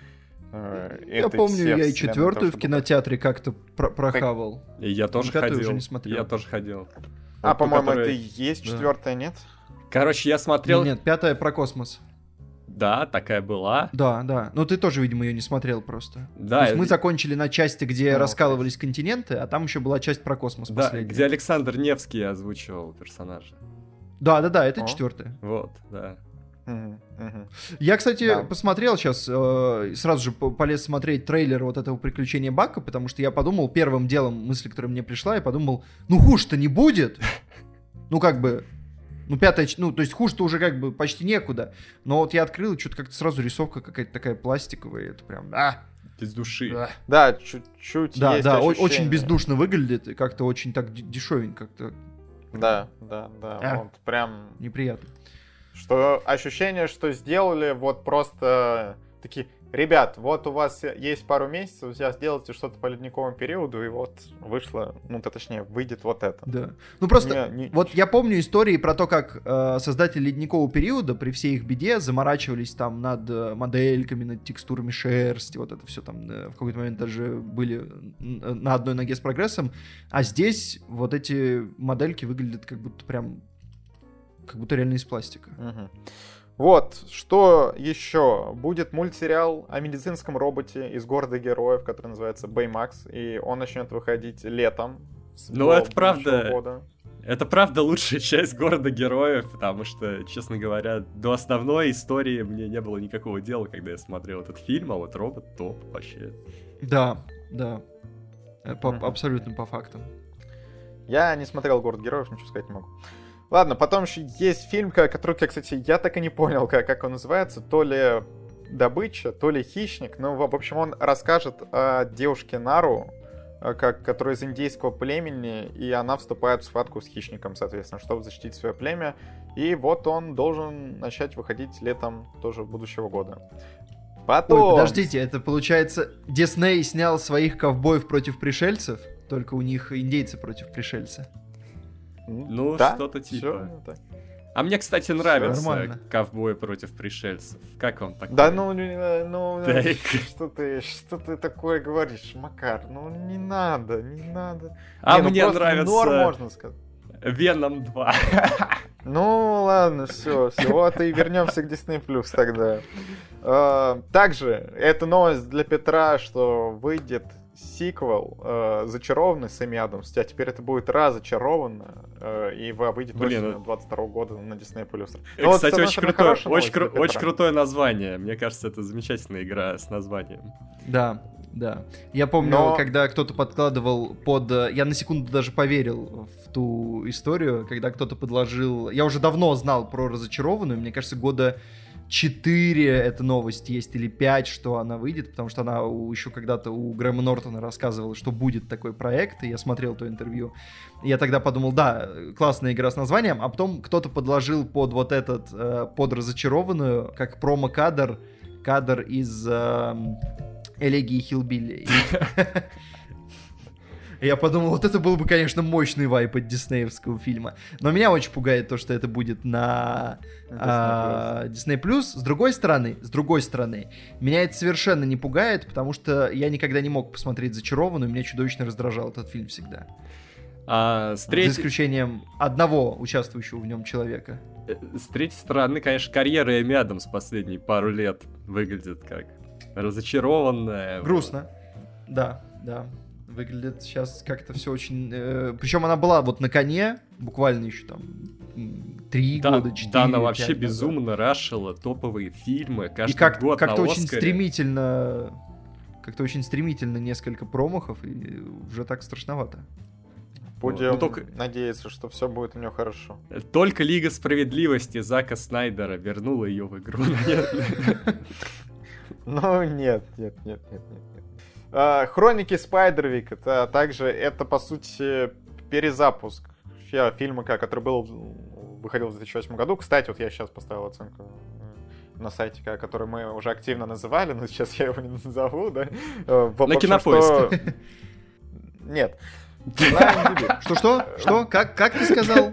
Я помню, я и четвертую в кинотеатре как-то прохавал. И я тоже ходил. Уже не смотрел. Я тоже ходил. А, по-моему, это и есть четвертая, нет? Короче, я смотрел... Нет, пятая про космос. Да, такая была. Да. Но ты тоже, видимо, ее не смотрел просто. Да. То есть мы закончили на части, где раскалывались континенты, а там еще была часть про космос последняя. Да, где Александр Невский озвучивал персонажа. Да, это четвертая. Вот, да. Я, кстати, посмотрел сейчас, сразу же полез смотреть трейлер вот этого «Приключения Бака», потому что я подумал, первым делом мысль, которая мне пришла, я подумал, ну хуже-то не будет. Ну как бы, ну пятая, ну то есть хуже-то уже как бы почти некуда. Но вот я открыл, и что-то как-то сразу рисовка какая-то такая пластиковая, это прям, без души. Да, чуть-чуть да, есть да, ощущение. Очень бездушно выглядит, и как-то очень так дешевенько. Как-то... Да, вот прям... Неприятно. Что ощущение, что сделали вот просто такие: ребят, вот у вас есть пару месяцев, сейчас сделайте что-то по ледниковому периоду, и вот вышло, точнее, выйдет вот это. Да. Ну просто, вот я помню истории про то, как создатели ледникового периода при всей их беде заморачивались там над модельками, над текстурами шерсти, вот это все там в какой-то момент даже были на одной ноге с прогрессом, а здесь вот эти модельки выглядят как будто прям как будто реально из пластика. Вот, что еще? Будет мультсериал о медицинском роботе из города героев, который называется Baymax, и он начнет выходить летом. Ну, это правда. Это правда лучшая часть города героев, потому что, честно говоря, до основной истории мне не было никакого дела, когда я смотрел этот фильм, а вот робот топ вообще. Да. Абсолютно по фактам. Я не смотрел «Город героев», ничего сказать не могу. Ладно, потом еще есть фильм, который, кстати, я так и не понял, как он называется. То ли «Добыча», то ли «Хищник». Ну, в общем, он расскажет о девушке Нару, которая из индейского племени, и она вступает в схватку с хищником, соответственно, чтобы защитить свое племя. И вот он должен начать выходить летом тоже будущего года. Потом... Ой, подождите, это получается, Дисней снял своих ковбоев против пришельцев, только у них индейцы против пришельца. Ну, да? что-то типа. Всё, А мне, кстати, нравятся ковбои против пришельцев. Как вам такое? Да, что ты такое говоришь, Макар? Ну, не надо. А мне нравится Нор, можно сказать. Веном 2. Ну, ладно, все, вот и вернемся к Disney Plus тогда. Также, это новость для Петра, что выйдет сиквел «Зачарованный» с Эми Адамс, а теперь это будет «Разочарованно», и выйдет осенью 22 года на Disney+. Ну, кстати, очень крутое название. Мне кажется, это замечательная игра с названием. Да. Я помню, когда кто-то подкладывал Я на секунду даже поверил в ту историю, когда кто-то подложил... Я уже давно знал про «Разочарованную», мне кажется, года 4 эта новость есть, или 5, что она выйдет, потому что она еще когда-то у Грэма Нортона рассказывала, что будет такой проект, и я смотрел то интервью. И я тогда подумал, да, классная игра с названием, а потом кто-то подложил под вот этот, под «Разочарованную», как промо-кадр из «Элегии Хиллбилли». Я подумал, вот это был бы, конечно, мощный вайп от диснеевского фильма. Но меня очень пугает то, что это будет на Disney+. С другой стороны, меня это совершенно не пугает, потому что я никогда не мог посмотреть «Зачарованную», меня чудовищно раздражал этот фильм всегда. За исключением одного участвующего в нем человека. С третьей стороны, конечно, карьера Эми Адамс последние пару лет выглядит как разочарованная. Грустно. Да. Выглядит сейчас как-то все очень... Причем она была вот на коне, буквально еще там 3 года, 4. Да, она вообще безумно рашила топовые фильмы каждый год как-то на очень Оскаре. стремительно несколько промахов, и уже так страшновато. Будем надеяться, что все будет у нее хорошо. Только Лига Справедливости Зака Снайдера вернула ее в игру. Ну, нет. Хроники Спайдервика, это, по сути, перезапуск фильма, который выходил в 2008 году. Кстати, вот я сейчас поставил оценку на сайте, который мы уже активно называли, но сейчас я его не назову, да? На Кинопоиске. Нет. Что? Как ты сказал?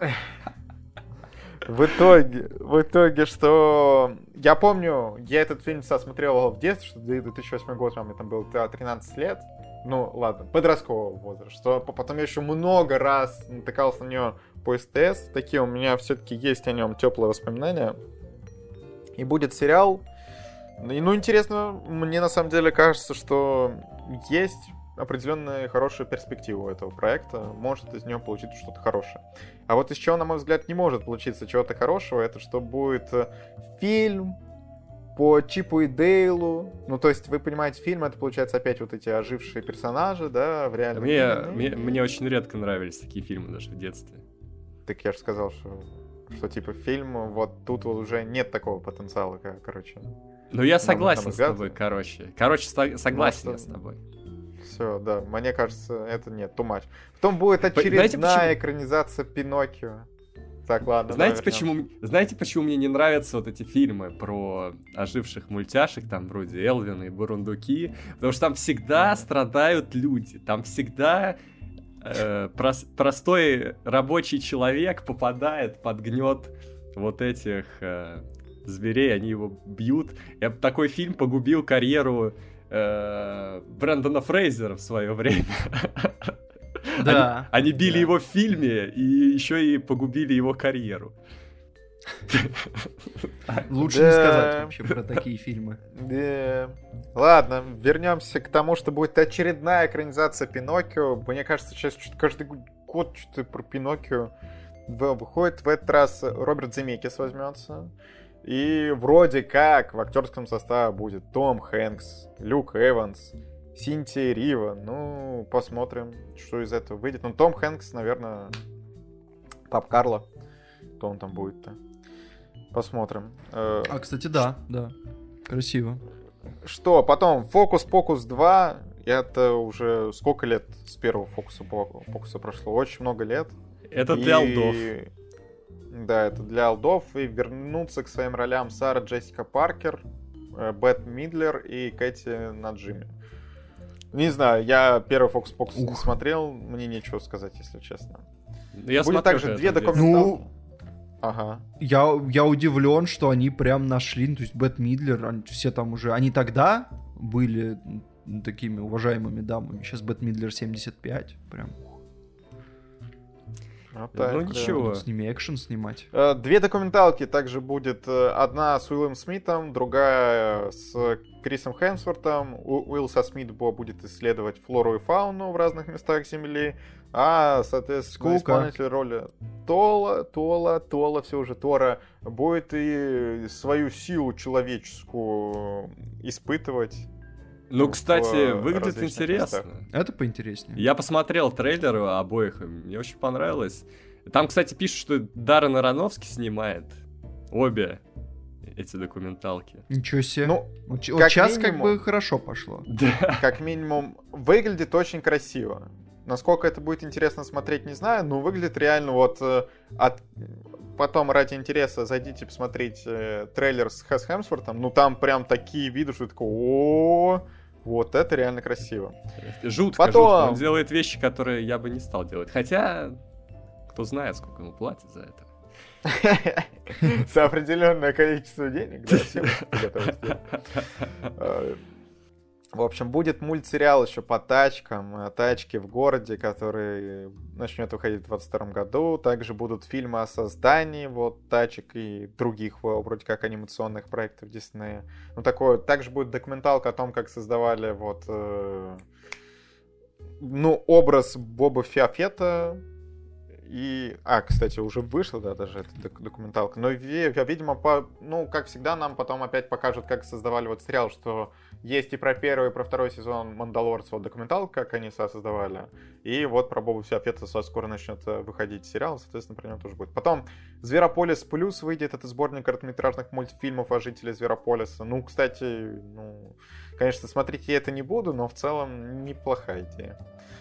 В итоге, что... Я помню, я этот фильм смотрел в детстве, что 2008 год, мне там было 13 лет. Ну, ладно, подросткового возраста. Что потом я еще много раз натыкался на него по СТС. Такие у меня все-таки есть о нем теплые воспоминания. И будет сериал. Ну, интересно, мне на самом деле кажется, что есть определенная хорошая перспектива у этого проекта. Может из него получиться что-то хорошее. А вот из чего, на мой взгляд, не может получиться чего-то хорошего, это что будет фильм по Чипу и Дейлу. Ну, то есть, вы понимаете, фильм — это, получается, опять вот эти ожившие персонажи, да, в реальном мире. Мне очень редко нравились такие фильмы даже в детстве. Так я же сказал, что типа фильм, вот тут вот уже нет такого потенциала, короче. Ну, я согласен с тобой, короче. Согласен я с тобой. Все, да, мне кажется, это нет, too much. Потом будет очередная экранизация Пиноккио. Так, ладно. Знаете, почему мне не нравятся вот эти фильмы про оживших мультяшек, там, вроде Элвина и Бурундуки? Потому что там всегда страдают люди, там всегда простой рабочий человек попадает под гнет вот этих зверей, они его бьют. Такой фильм погубил карьеру Брэндона Фрейзера в свое время. Да. Они били Да. его в фильме и еще и погубили его карьеру. Лучше Да. не сказать вообще про такие фильмы. Да. Ладно, вернемся к тому, что будет очередная экранизация Пиноккио. Мне кажется, сейчас что-то каждый год что-то про Пиноккио выходит. В этот раз Роберт Земекис возьмется. И вроде как в актерском составе будет Том Хэнкс, Люк Эванс, Синтия Рива. Ну, посмотрим, что из этого выйдет. Ну, Том Хэнкс, наверное, Пап Карло. Кто он там будет-то? Посмотрим. Кстати, да. Красиво. Что, потом Фокус-Покус 2. Это уже сколько лет с первого Фокуса прошло? Очень много лет. Это для алдов. Да, это для алдов. И вернуться к своим ролям Сара Джессика Паркер, Бет Мидлер и Кэти Наджими. Не знаю, я первый Фокус-Покус не смотрел, мне нечего сказать, если честно. Я Будет также две документалки. Ага. Я удивлен, что они прям нашли, то есть Бет Мидлер, все там уже, они тогда были такими уважаемыми дамами, сейчас Бет Мидлер 75, прям. Вот так, ну ничего. С ними экшен снимать. Две документалки также будет. Одна с Уиллом Смитом, другая с Крисом Хемсвортом. Уилл со Смит будет исследовать флору и фауну в разных местах Земли. А, соответственно, исполнитель роли Тола, все уже Тора, будет и свою силу человеческую испытывать. Ну, кстати, выглядит различных интересно. местах. Это поинтереснее. Я посмотрел трейлеры обоих, и мне очень понравилось. Там, кстати, пишут, что Даррен Аронофски снимает обе эти документалки. Ничего себе. Ну, вот как сейчас минимум. как бы хорошо пошло. Да. Как минимум, выглядит очень красиво. Насколько это будет интересно смотреть, не знаю, но выглядит реально вот... Потом, ради интереса, зайдите посмотреть трейлер с Хемсвортом. Ну, там прям такие виды, что такое... О, вот это реально красиво. Жутко. Он делает вещи, которые я бы не стал делать. Хотя, кто знает, сколько ему платят за это. За определенное количество денег, да, все готовы сделать. В общем, будет мультсериал еще по тачкам, тачки в городе, который начнет выходить в 2022 году. Также будут фильмы о создании вот тачек и других вроде как анимационных проектов Диснея. Ну такое, также будет документалка о том, как создавали вот образ Боба Фетта. И, кстати, уже вышла, да, даже эта документалка. Но, видимо, как всегда, нам потом опять покажут, как создавали вот сериал, что есть и про первый, и про второй сезон «Мандалорца» вот документалка, как они создавали. И вот про Боба Фетта скоро начнет выходить сериал, соответственно, про него тоже будет. Потом «Зверополис плюс» выйдет, это сборник короткометражных мультфильмов о жителях Зверополиса. Ну, кстати, конечно, смотреть я это не буду, но в целом неплохая идея.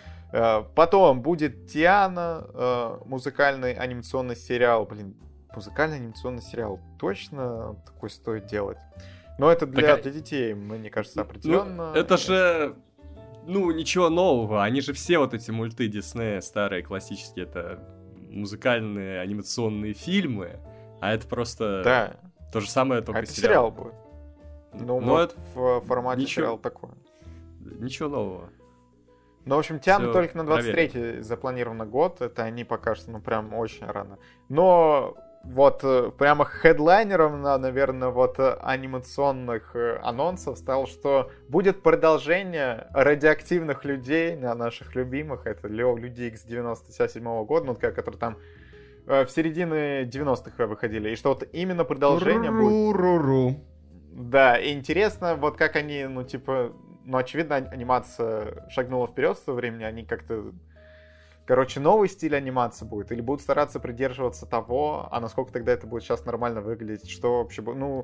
Потом будет Тиана, музыкальный анимационный сериал. Музыкальный анимационный сериал. Точно такой стоит делать? Но это для детей, мне кажется, определенно. Это же, ничего нового. Они же все вот эти мульты Диснея, старые, классические, это музыкальные анимационные фильмы. А это просто то же самое, только это сериал будет. Но это в формате сериала такое. Ничего нового. Ну, в общем, Тиана только на 23-й проверим. запланировано год. Это они пока что, прям очень рано. Но вот прямо хедлайнером, наверное, вот анимационных анонсов стал, что будет продолжение «Радиоактивных людей», на наших любимых. Это Люди Икс 97-го года, которые там в середине 90-х выходили. И что вот именно продолжение будет... Да, и интересно, вот как они, очевидно, анимация шагнула вперед в то времени, они как-то... новый стиль анимации будет, или будут стараться придерживаться того, а насколько тогда это будет сейчас нормально выглядеть, что вообще...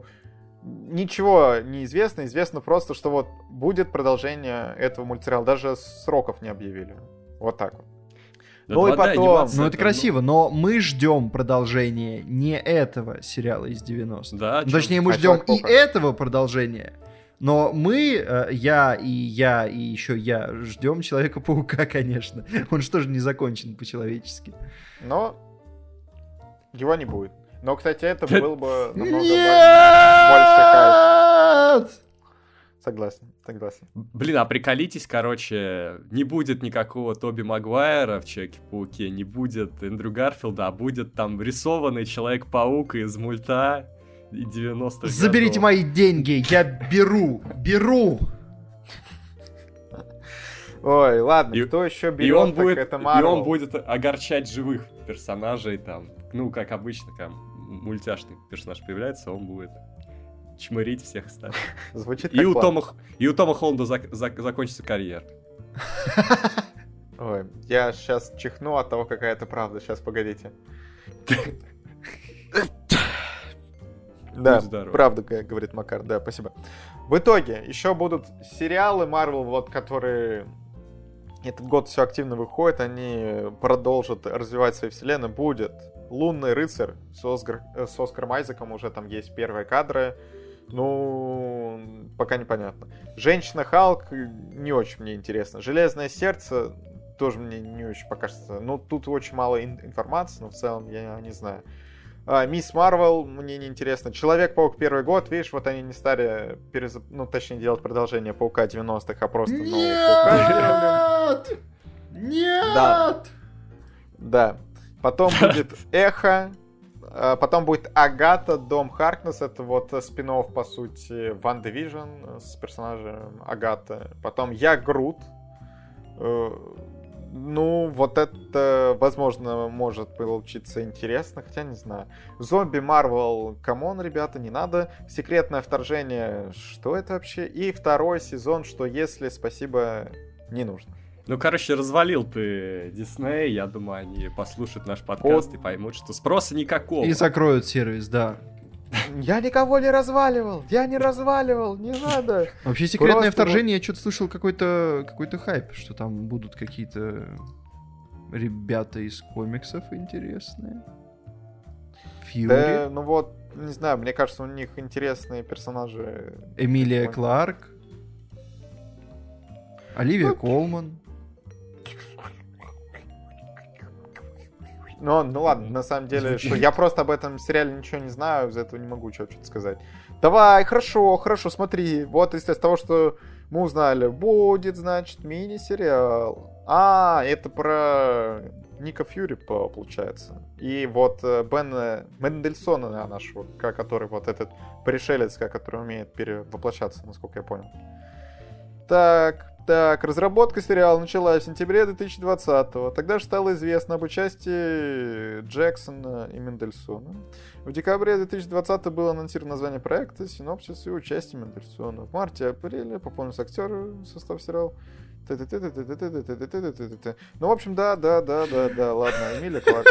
ничего не известно, известно просто, что вот будет продолжение этого мультсериала, даже сроков не объявили. Вот так вот. Да, и потом... это красиво, но мы ждем продолжение не этого сериала из 90-х. Да, точнее, мы ждем и этого продолжения. Но мы, я и еще я, ждем Человека-паука, конечно. Он что же не закончен по-человечески. Но его не будет. Но, кстати, это был бы намного больше хайп. Согласен. Блин, а приколитесь, короче, не будет никакого Тоби Магуайра в Человеке-пауке, не будет Эндрю Гарфилда, а будет там рисованный Человек-паук из мульта и 90-х Заберите годов. мои деньги, я беру. Ой, ладно, И- кто еще И берет, он, так будет, это и Марвел. он будет огорчать живых персонажей там. Ну, как обычно, там мультяшный персонаж появляется, он будет чмырить всех остальных. Звучит И как у, план. Тома Холланда закончится карьера. Ой, я сейчас чихну от того, какая это правда. Сейчас, погодите. Да, Будь здоров. правда, говорит Макар, да, спасибо. В итоге, еще будут сериалы Marvel, вот, которые этот год все активно выходят, они продолжат развивать свои вселенные. Будет Лунный рыцарь с Оскаром Айзеком, уже там есть первые кадры. Ну, пока непонятно. Женщина Халк не очень мне интересно. Железное сердце тоже мне не очень пока что. Ну, тут очень мало информации, но в целом я не знаю. Мисс Марвел мне не интересно. Человек-паук первый год, видишь, вот они не стали точнее делать продолжение Паука 90-х, а просто нового Паука сделали. Нет! Да. Потом будет Эхо. Потом будет Агата, Дом Харкнесс. Это вот спин-офф, по сути, Ван Дивижн с персонажем Агаты. Потом Я Грут. Ну, вот это, возможно, может получиться интересно, хотя не знаю. Зомби Марвел, камон, ребята, не надо. Секретное вторжение, что это вообще? И второй сезон, что если, спасибо, не нужно. Ну, короче, развалил ты Дисней, я думаю, они послушают наш подкаст и поймут, что спроса никакого. И закроют сервис, да. Я никого не разваливал, не надо. Вообще, секретное Просто вторжение, я что-то слышал какой-то хайп, что там будут какие-то ребята из комиксов интересные. Фьюри, Да, ну вот, не знаю, мне кажется, у них интересные персонажи. Эмилия Такой. Кларк, Оливия Колман. Ну ладно, на самом деле, что я просто об этом сериале ничего не знаю, из-за этого не могу что-то сказать. Давай, хорошо, смотри. Вот из того, что мы узнали, будет, значит, мини-сериал. Это про Ника Фьюри, получается. И вот Бена Мендельсона нашего, который вот этот пришелец, который умеет перевоплощаться, насколько я понял. Так, разработка сериала началась в сентябре 2020-го. Тогда же стало известно об участии Джексона и Мендельсона. В декабре 2020 было анонсировано название проекта, синопсис и участие Мендельсона. В марте-апреле пополнился актеры в состав сериала. Ну, в общем, да, ладно, Эмилия Кларк.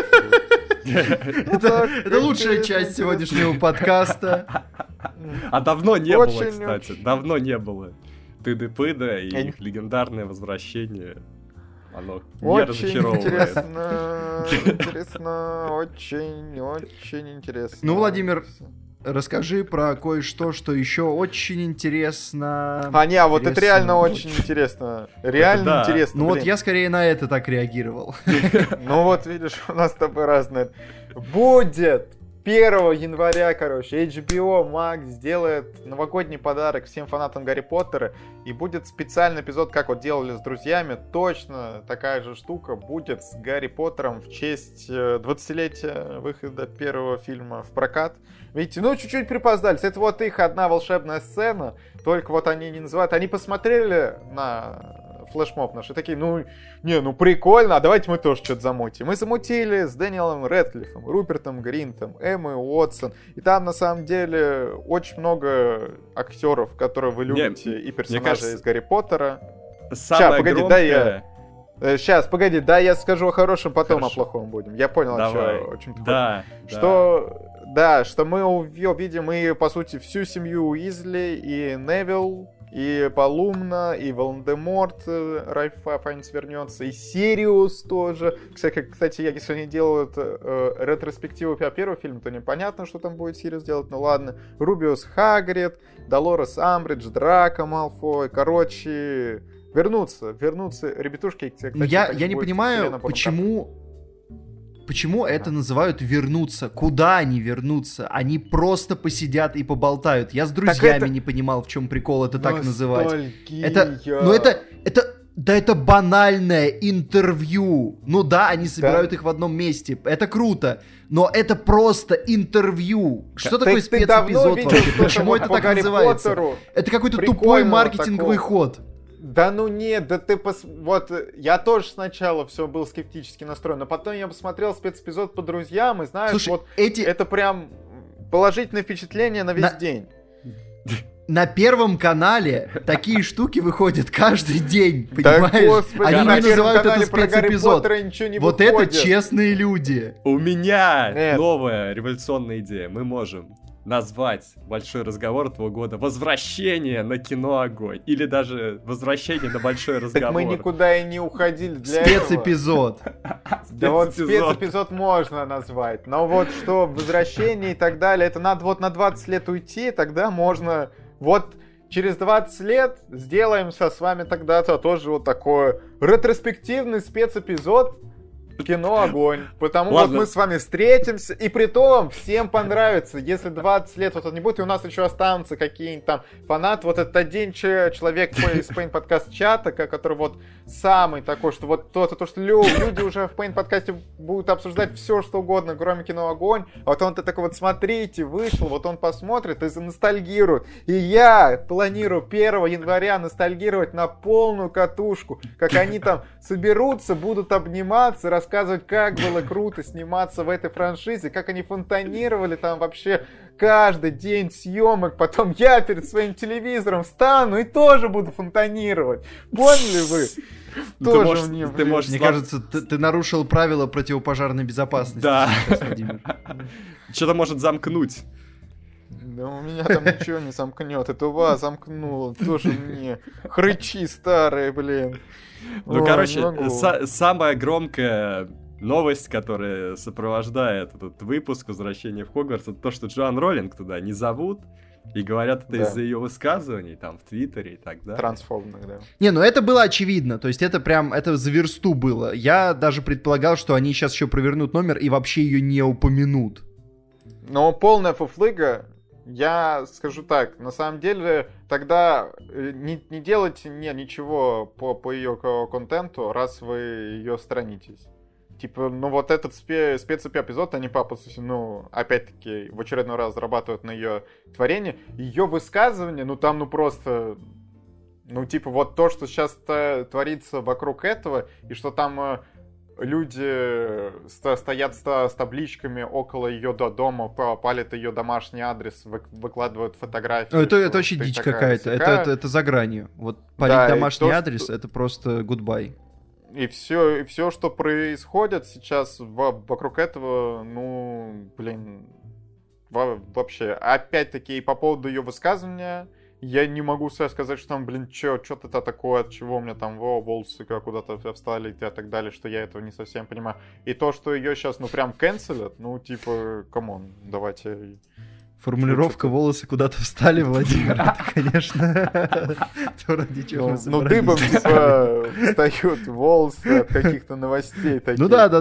Это лучшая часть сегодняшнего подкаста. А давно не было, Очень, кстати, очень. давно не было. Тыды-пыда и их легендарное возвращение. Оно не Очень разочаровывает. интересно, очень интересно. Ну, Владимир, расскажи про кое-что, что еще очень интересно. Вот это реально очень интересно. Реально Да. интересно. Ну вот блин. я скорее на это так реагировал. Ну вот видишь, у нас с тобой разные. Будет 1 января, HBO Max сделает новогодний подарок всем фанатам Гарри Поттера. И будет специальный эпизод, как вот делали с друзьями. Точно такая же штука будет с Гарри Поттером в честь 20-летия выхода первого фильма в прокат. Видите, чуть-чуть припоздались. Это вот их одна волшебная сцена. Только вот они не называют. Они посмотрели на флешмоб наш и такие, прикольно, а давайте мы тоже что-то замутим. Мы замутили с Дэниелом Рэдклиффом, Рупертом Гринтом, Эммой Уотсон. И там, на самом деле, очень много актеров, которые вы любите, и персонажей кажется, из Гарри Поттера. Самое погоди, громкое... Сейчас, погоди, я скажу о хорошем, потом Хорошо. о плохом будем. Я понял, Давай. о чем ты Да, что мы увидим и, по сути, всю семью Уизли, и Невилл, и Полумна, и Волан-де-Морт, Ральф Файнс вернется, и Сириус тоже. Кстати, если они делают ретроспективу по первому фильму, то непонятно, что там будет Сириус делать, ну ладно. Рубиус Хагрид, Долорес Амбридж, Драко Малфой, вернутся ребятушки. Кстати, Я не понимаю, почему почему это называют вернуться? Куда они вернутся? Они просто посидят и поболтают. Я с друзьями не понимал, в чем прикол это так называть. Это банальное интервью. Ну да, они собирают их в одном месте. Это круто. Но это просто интервью. Что такое спецэпизод вообще? Почему это так называется? Это какой-то тупой маркетинговый ход. Да ну нет, да ты Вот я тоже сначала все был скептически настроен, но потом я посмотрел спецэпизод по друзьям, и знаешь, слушай, вот это прям положительное впечатление на весь день. На Первом канале такие штуки выходят каждый день, понимаешь? Да, господи, они не называют это спецэпизод. Вот выходит. это честные люди. У меня новая революционная идея. Мы можем назвать большой разговор этого года «Возвращение на кино Огонь». Или даже «Возвращение на большой разговор». Так мы никуда и не уходили для спецэпизод. Да вот спецэпизод можно назвать. Но вот что «Возвращение» и так далее, это надо вот на 20 лет уйти, тогда можно... Вот через 20 лет сделаем с вами тогда-то тоже вот такой ретроспективный спецэпизод кино «Огонь». Потому вот мы с вами встретимся, и при том всем понравится, если 20 лет вот это не будет, и у нас еще останутся какие-нибудь там фанаты. Вот этот один человек из Pain подкаст чата, который вот самый такой, что вот то, что люди уже в Pain подкасте будут обсуждать все, что угодно, кроме кино «Огонь». А вот он-то такой вот, смотрите, вышел, вот он посмотрит и заностальгирует. И я планирую 1 января ностальгировать на полную катушку, как они там соберутся, будут обниматься, рассказывать, как было круто сниматься в этой франшизе, как они фонтанировали там вообще каждый день съемок. Потом я перед своим телевизором встану и тоже буду фонтанировать. Поняли вы? Тоже мне, мне кажется, ты нарушил правила противопожарной безопасности. Да. Что-то может замкнуть. Да у меня там ничего не замкнет. Это у вас замкнуло. Тоже мне. Хрычи старые, блин. Ну, короче, самая громкая новость, которая сопровождает этот выпуск «Возвращение в Хогвартс», это то, что Джоан Роллинг туда не зовут. И говорят это из-за ее высказываний там в Твиттере и так далее. Трансфобных, да. Не, ну это было очевидно. То есть это прям, это за версту было. Я даже предполагал, что они сейчас еще провернут номер и вообще ее не упомянут. Но полная фуфлыга, я скажу так, на самом деле тогда не делайте ничего по ее контенту, раз вы ее сторонитесь. Типа, ну вот этот спецэпизод, они по сути, ну, опять-таки, в очередной раз зарабатывают на ее творение. Ее высказывание, ну там, ну просто, ну типа вот то, что сейчас творится вокруг этого, и что там люди стоят с табличками около ее дома, палят ее домашний адрес, выкладывают фотографии. Это вообще дичь какая-то, это за гранью. Вот палить домашний адрес, это просто goodbye. И все, что происходит сейчас вокруг этого, ну, блин, вообще. Опять-таки, по поводу ее высказывания, я не могу сказать, что там, блин, что-то такое, от чего у меня там волосы куда-то встали и так далее, что я этого не совсем понимаю. И то, что ее сейчас, ну, прям канцелят, ну, типа, камон, давайте... Формулировка «волосы куда-то встали», Владимир, это, конечно, то, ради чего мы собрались. Ну, дыбом, типа, встают волосы от каких-то новостей таких. Ну да.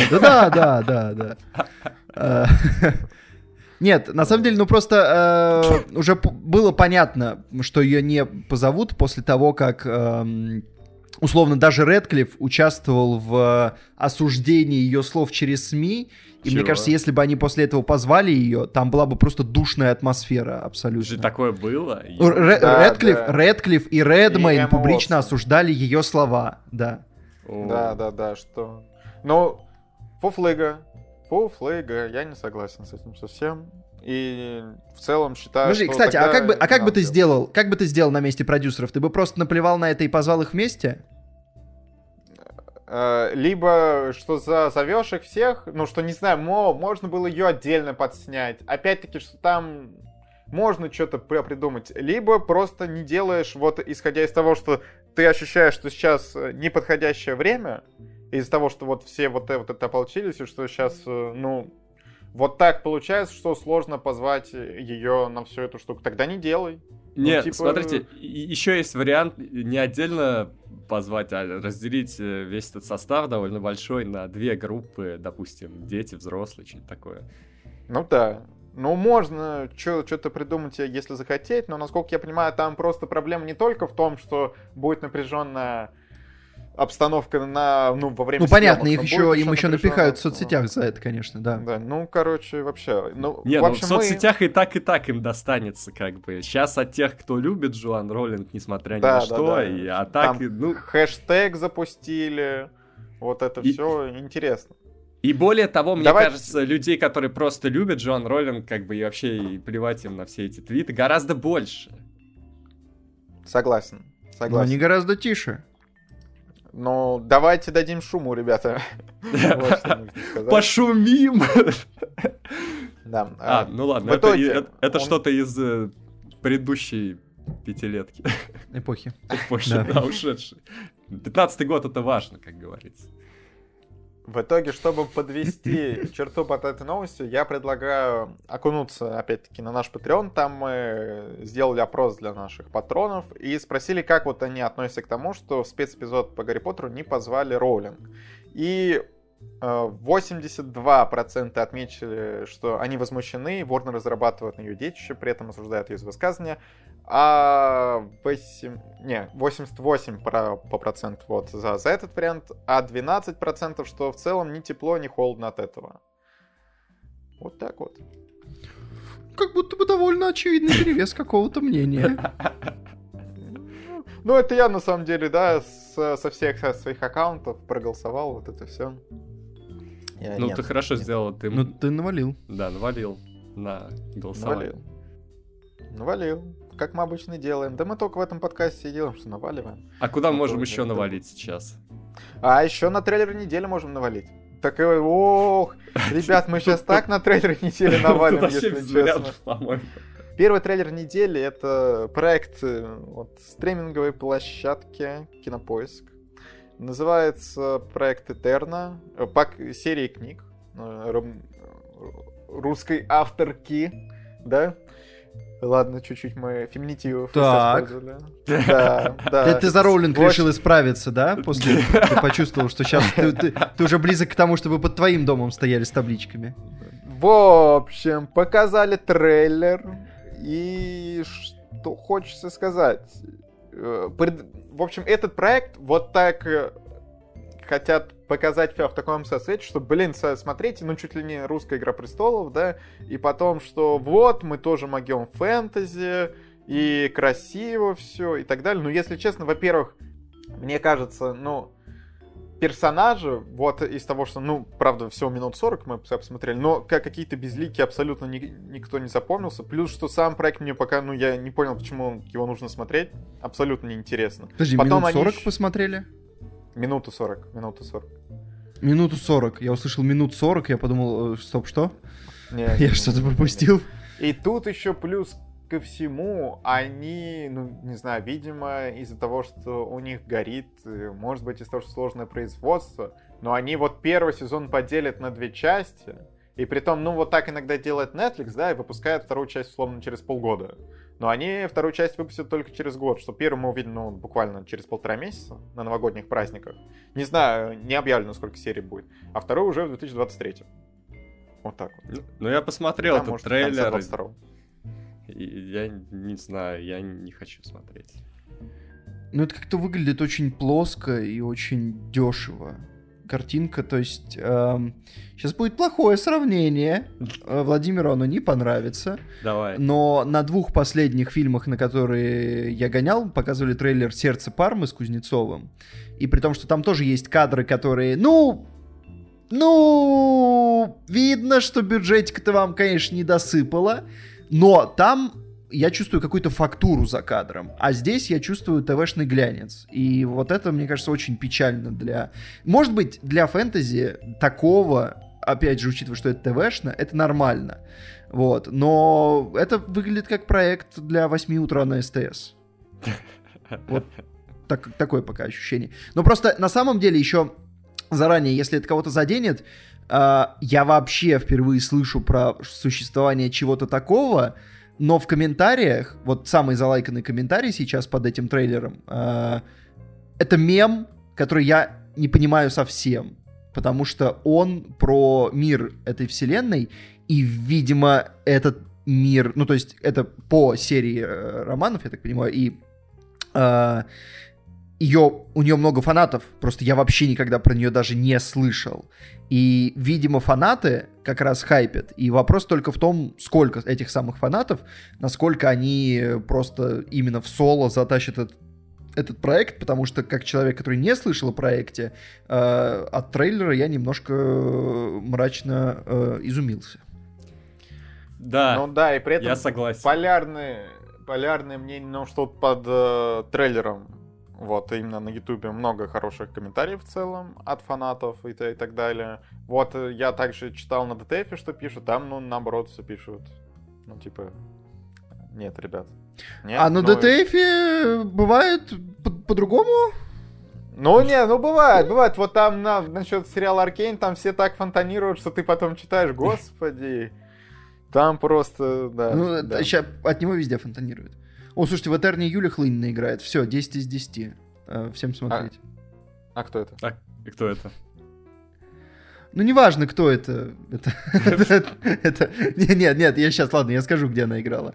Нет, на самом деле, ну просто уже было понятно, что ее не позовут после того, как... Условно, даже Рэдклифф участвовал в осуждении ее слов через СМИ. И мне кажется, если бы они после этого позвали ее, там была бы просто душная атмосфера абсолютно. Же такое было? Рэдклифф и Редмейн публично осуждали ее слова, да. Да, что... Ну, фуфлыга, я не согласен с этим совсем. И в целом считаю, Подожди, что... Кстати, как бы ты сделал на месте продюсеров? Ты бы просто наплевал на это и позвал их вместе? Либо что зовешь их всех, ну что, не знаю, можно было ее отдельно подснять. Опять-таки, что там можно что-то придумать. Либо просто не делаешь, вот исходя из того, что ты ощущаешь, что сейчас неподходящее время, из-за того, что вот все вот это ополчились, и что сейчас, ну... Вот так получается, что сложно позвать ее на всю эту штуку. Тогда не делай. Нет, типа- смотрите, еще есть вариант не отдельно позвать, а разделить весь этот состав довольно большой на две группы, допустим, дети, взрослые, что-нибудь такое. Ну да. Ну, можно что-то придумать, если захотеть, но, насколько я понимаю, там просто проблема не только в том, что будет напряженная обстановка во время Ну, понятно, съемок, им еще напихают в напряженная соцсетях за это, конечно, да. Да, ну, короче, вообще... Не, в ну в общем, соцсетях и так им достанется, как бы. Сейчас от тех, кто любит Джоан Роллинг, несмотря ни Да, на да, что, да. а так, Там хэштег запустили, вот это все интересно. И более того, мне Давай- кажется, людей, которые просто любят Джоан Роллинг, как бы и вообще и плевать им на все эти твиты, гораздо больше. Согласен. Но они гораздо тише. Ну, давайте дадим шуму, ребята. Вот что нужно сказать. Пошумим! Да. Ну ладно, в итоге это он- что-то из предыдущей пятилетки. Эпохи. Позже, да, ушедшей. 15-й год — это важно, как говорится. В итоге, чтобы подвести черту под этой новостью, я предлагаю окунуться, опять-таки, на наш Patreon. Там мы сделали опрос для наших патронов и спросили, как вот они относятся к тому, что в спецэпизод по Гарри Поттеру не позвали Роулинг. И 82% отметили, что они возмущены, Warner разрабатывает на ее детище, при этом осуждают ее за высказывания, а 88% вот за этот вариант, а 12% что в целом ни тепло, ни холодно от этого. Вот так вот. Как будто бы довольно очевидный перевес какого-то мнения. Ну, это я, на самом деле, да, со всех своих аккаунтов проголосовал, вот это все. Ну, ты хорошо сделал. Ну, ты навалил. Да, навалил на голосование. Навалил. Как мы обычно делаем. Да мы только в этом подкасте и делаем, что наваливаем. А куда мы можем Ну, еще да. навалить сейчас? А еще на трейлер недели можем навалить. Так, ох, ребят, мы сейчас так на трейлер недели навалим, Тут если вообще без честно. вариантов, по-моему. Первый трейлер недели — это проект от стриминговой площадки Кинопоиск. Называется проект Этерна, серии книг русской авторки, да? Ладно, чуть-уть мы феминитивов Так. использовали. Да, да. Ты за Роулинг В общем- решил исправиться, да? После ты почувствовал, что сейчас ты уже близок к тому, чтобы под твоим домом стояли с табличками. В общем, показали трейлер, и что хочется сказать. В общем, этот проект вот так хотят показать в таком соцвете, что, блин, смотрите, ну чуть ли не русская «Игра престолов», да, и потом, что вот, мы тоже могем фэнтези, и красиво все, и так далее. Но, если честно, во-первых, мне кажется, ну, персонажи, вот из того, что, ну, правда, всего минут 40 мы посмотрели, но как какие-то безликие абсолютно никто не запомнился. Плюс, что сам проект мне пока, ну, я не понял, почему его нужно смотреть. Абсолютно неинтересно. Подожди, Потом минут они 40 ещё- посмотрели? Минуту 40. Минуту 40. Я услышал минут 40, я подумал, стоп, что? Не, Я что-то пропустил. И тут еще плюс ко всему, они, ну, не знаю, видимо, из-за того, что у них горит, может быть, из-за того, что сложное производство, но они вот первый сезон поделят на 2 части, и притом, ну, вот так иногда делает Netflix, да, и выпускает вторую часть, условно, через полгода. Но они вторую часть выпустят только через год, что первую мы увидим, ну, буквально через 1,5 месяца на новогодних праздниках. Не знаю, не объявлено, сколько серий будет. А вторую уже в 2023. Вот так вот. Ну, я посмотрел Да, этот может, в конце трейлер. 22-го. И я не знаю, я не хочу смотреть. Ну, это как-то выглядит очень плоско и очень дешево. Картинка, то есть... сейчас будет плохое сравнение. Владимиру оно не понравится. Давай. Но на 2 последних фильмах, на которые я гонял, показывали трейлер «Сердце Пармы» с Кузнецовым. И при том, что там тоже есть кадры, которые, ну, видно, что бюджетика-то вам, конечно, не досыпало. Но там я чувствую какую-то фактуру за кадром. А здесь я чувствую ТВшный глянец. И вот это, мне кажется, очень печально для... Может быть, для фэнтези такого, опять же, учитывая, что это ТВшно, это нормально. Вот. Но это выглядит как проект для 8 утра на СТС. Вот такое пока ощущение. Но просто на самом деле еще заранее, если это кого-то заденет, я вообще впервые слышу про существование чего-то такого, Но в комментариях, вот самый залайканный комментарий сейчас под этим трейлером, это мем, который я не понимаю совсем, потому что он про мир этой вселенной, и, видимо, этот мир, ну, то есть это по серии романов, я так понимаю, и у нее много фанатов, просто я вообще никогда про нее даже не слышал. И, видимо, фанаты как раз хайпят. И вопрос только в том, сколько этих самых фанатов, насколько они просто именно в соло затащат этот проект, потому что, как человек, который не слышал о проекте, от трейлера я немножко мрачно изумился. Да, ну да, и при этом я согласен. Полярное мнение, ну что под трейлером, вот, именно на Ютубе много хороших комментариев в целом от фанатов и так далее. Вот, я также читал на ДТФ, что пишут, там, ну, наоборот, все пишут, ну, типа, нет, ребят. Нет, на ДТФ бывает по-другому? Ну, не, ну, бывает. Вот там насчет сериала Аркейн, там все так фонтанируют, что ты потом читаешь, господи, там просто, да. Ну, да. Сейчас от него везде фонтанируют. О, слушайте, в Этерне Юля Хлынина играет. Все, 10 из 10. Всем смотреть. А кто это? И кто это? Ну, неважно, кто это. Нет, я сейчас, ладно, я скажу, где она играла.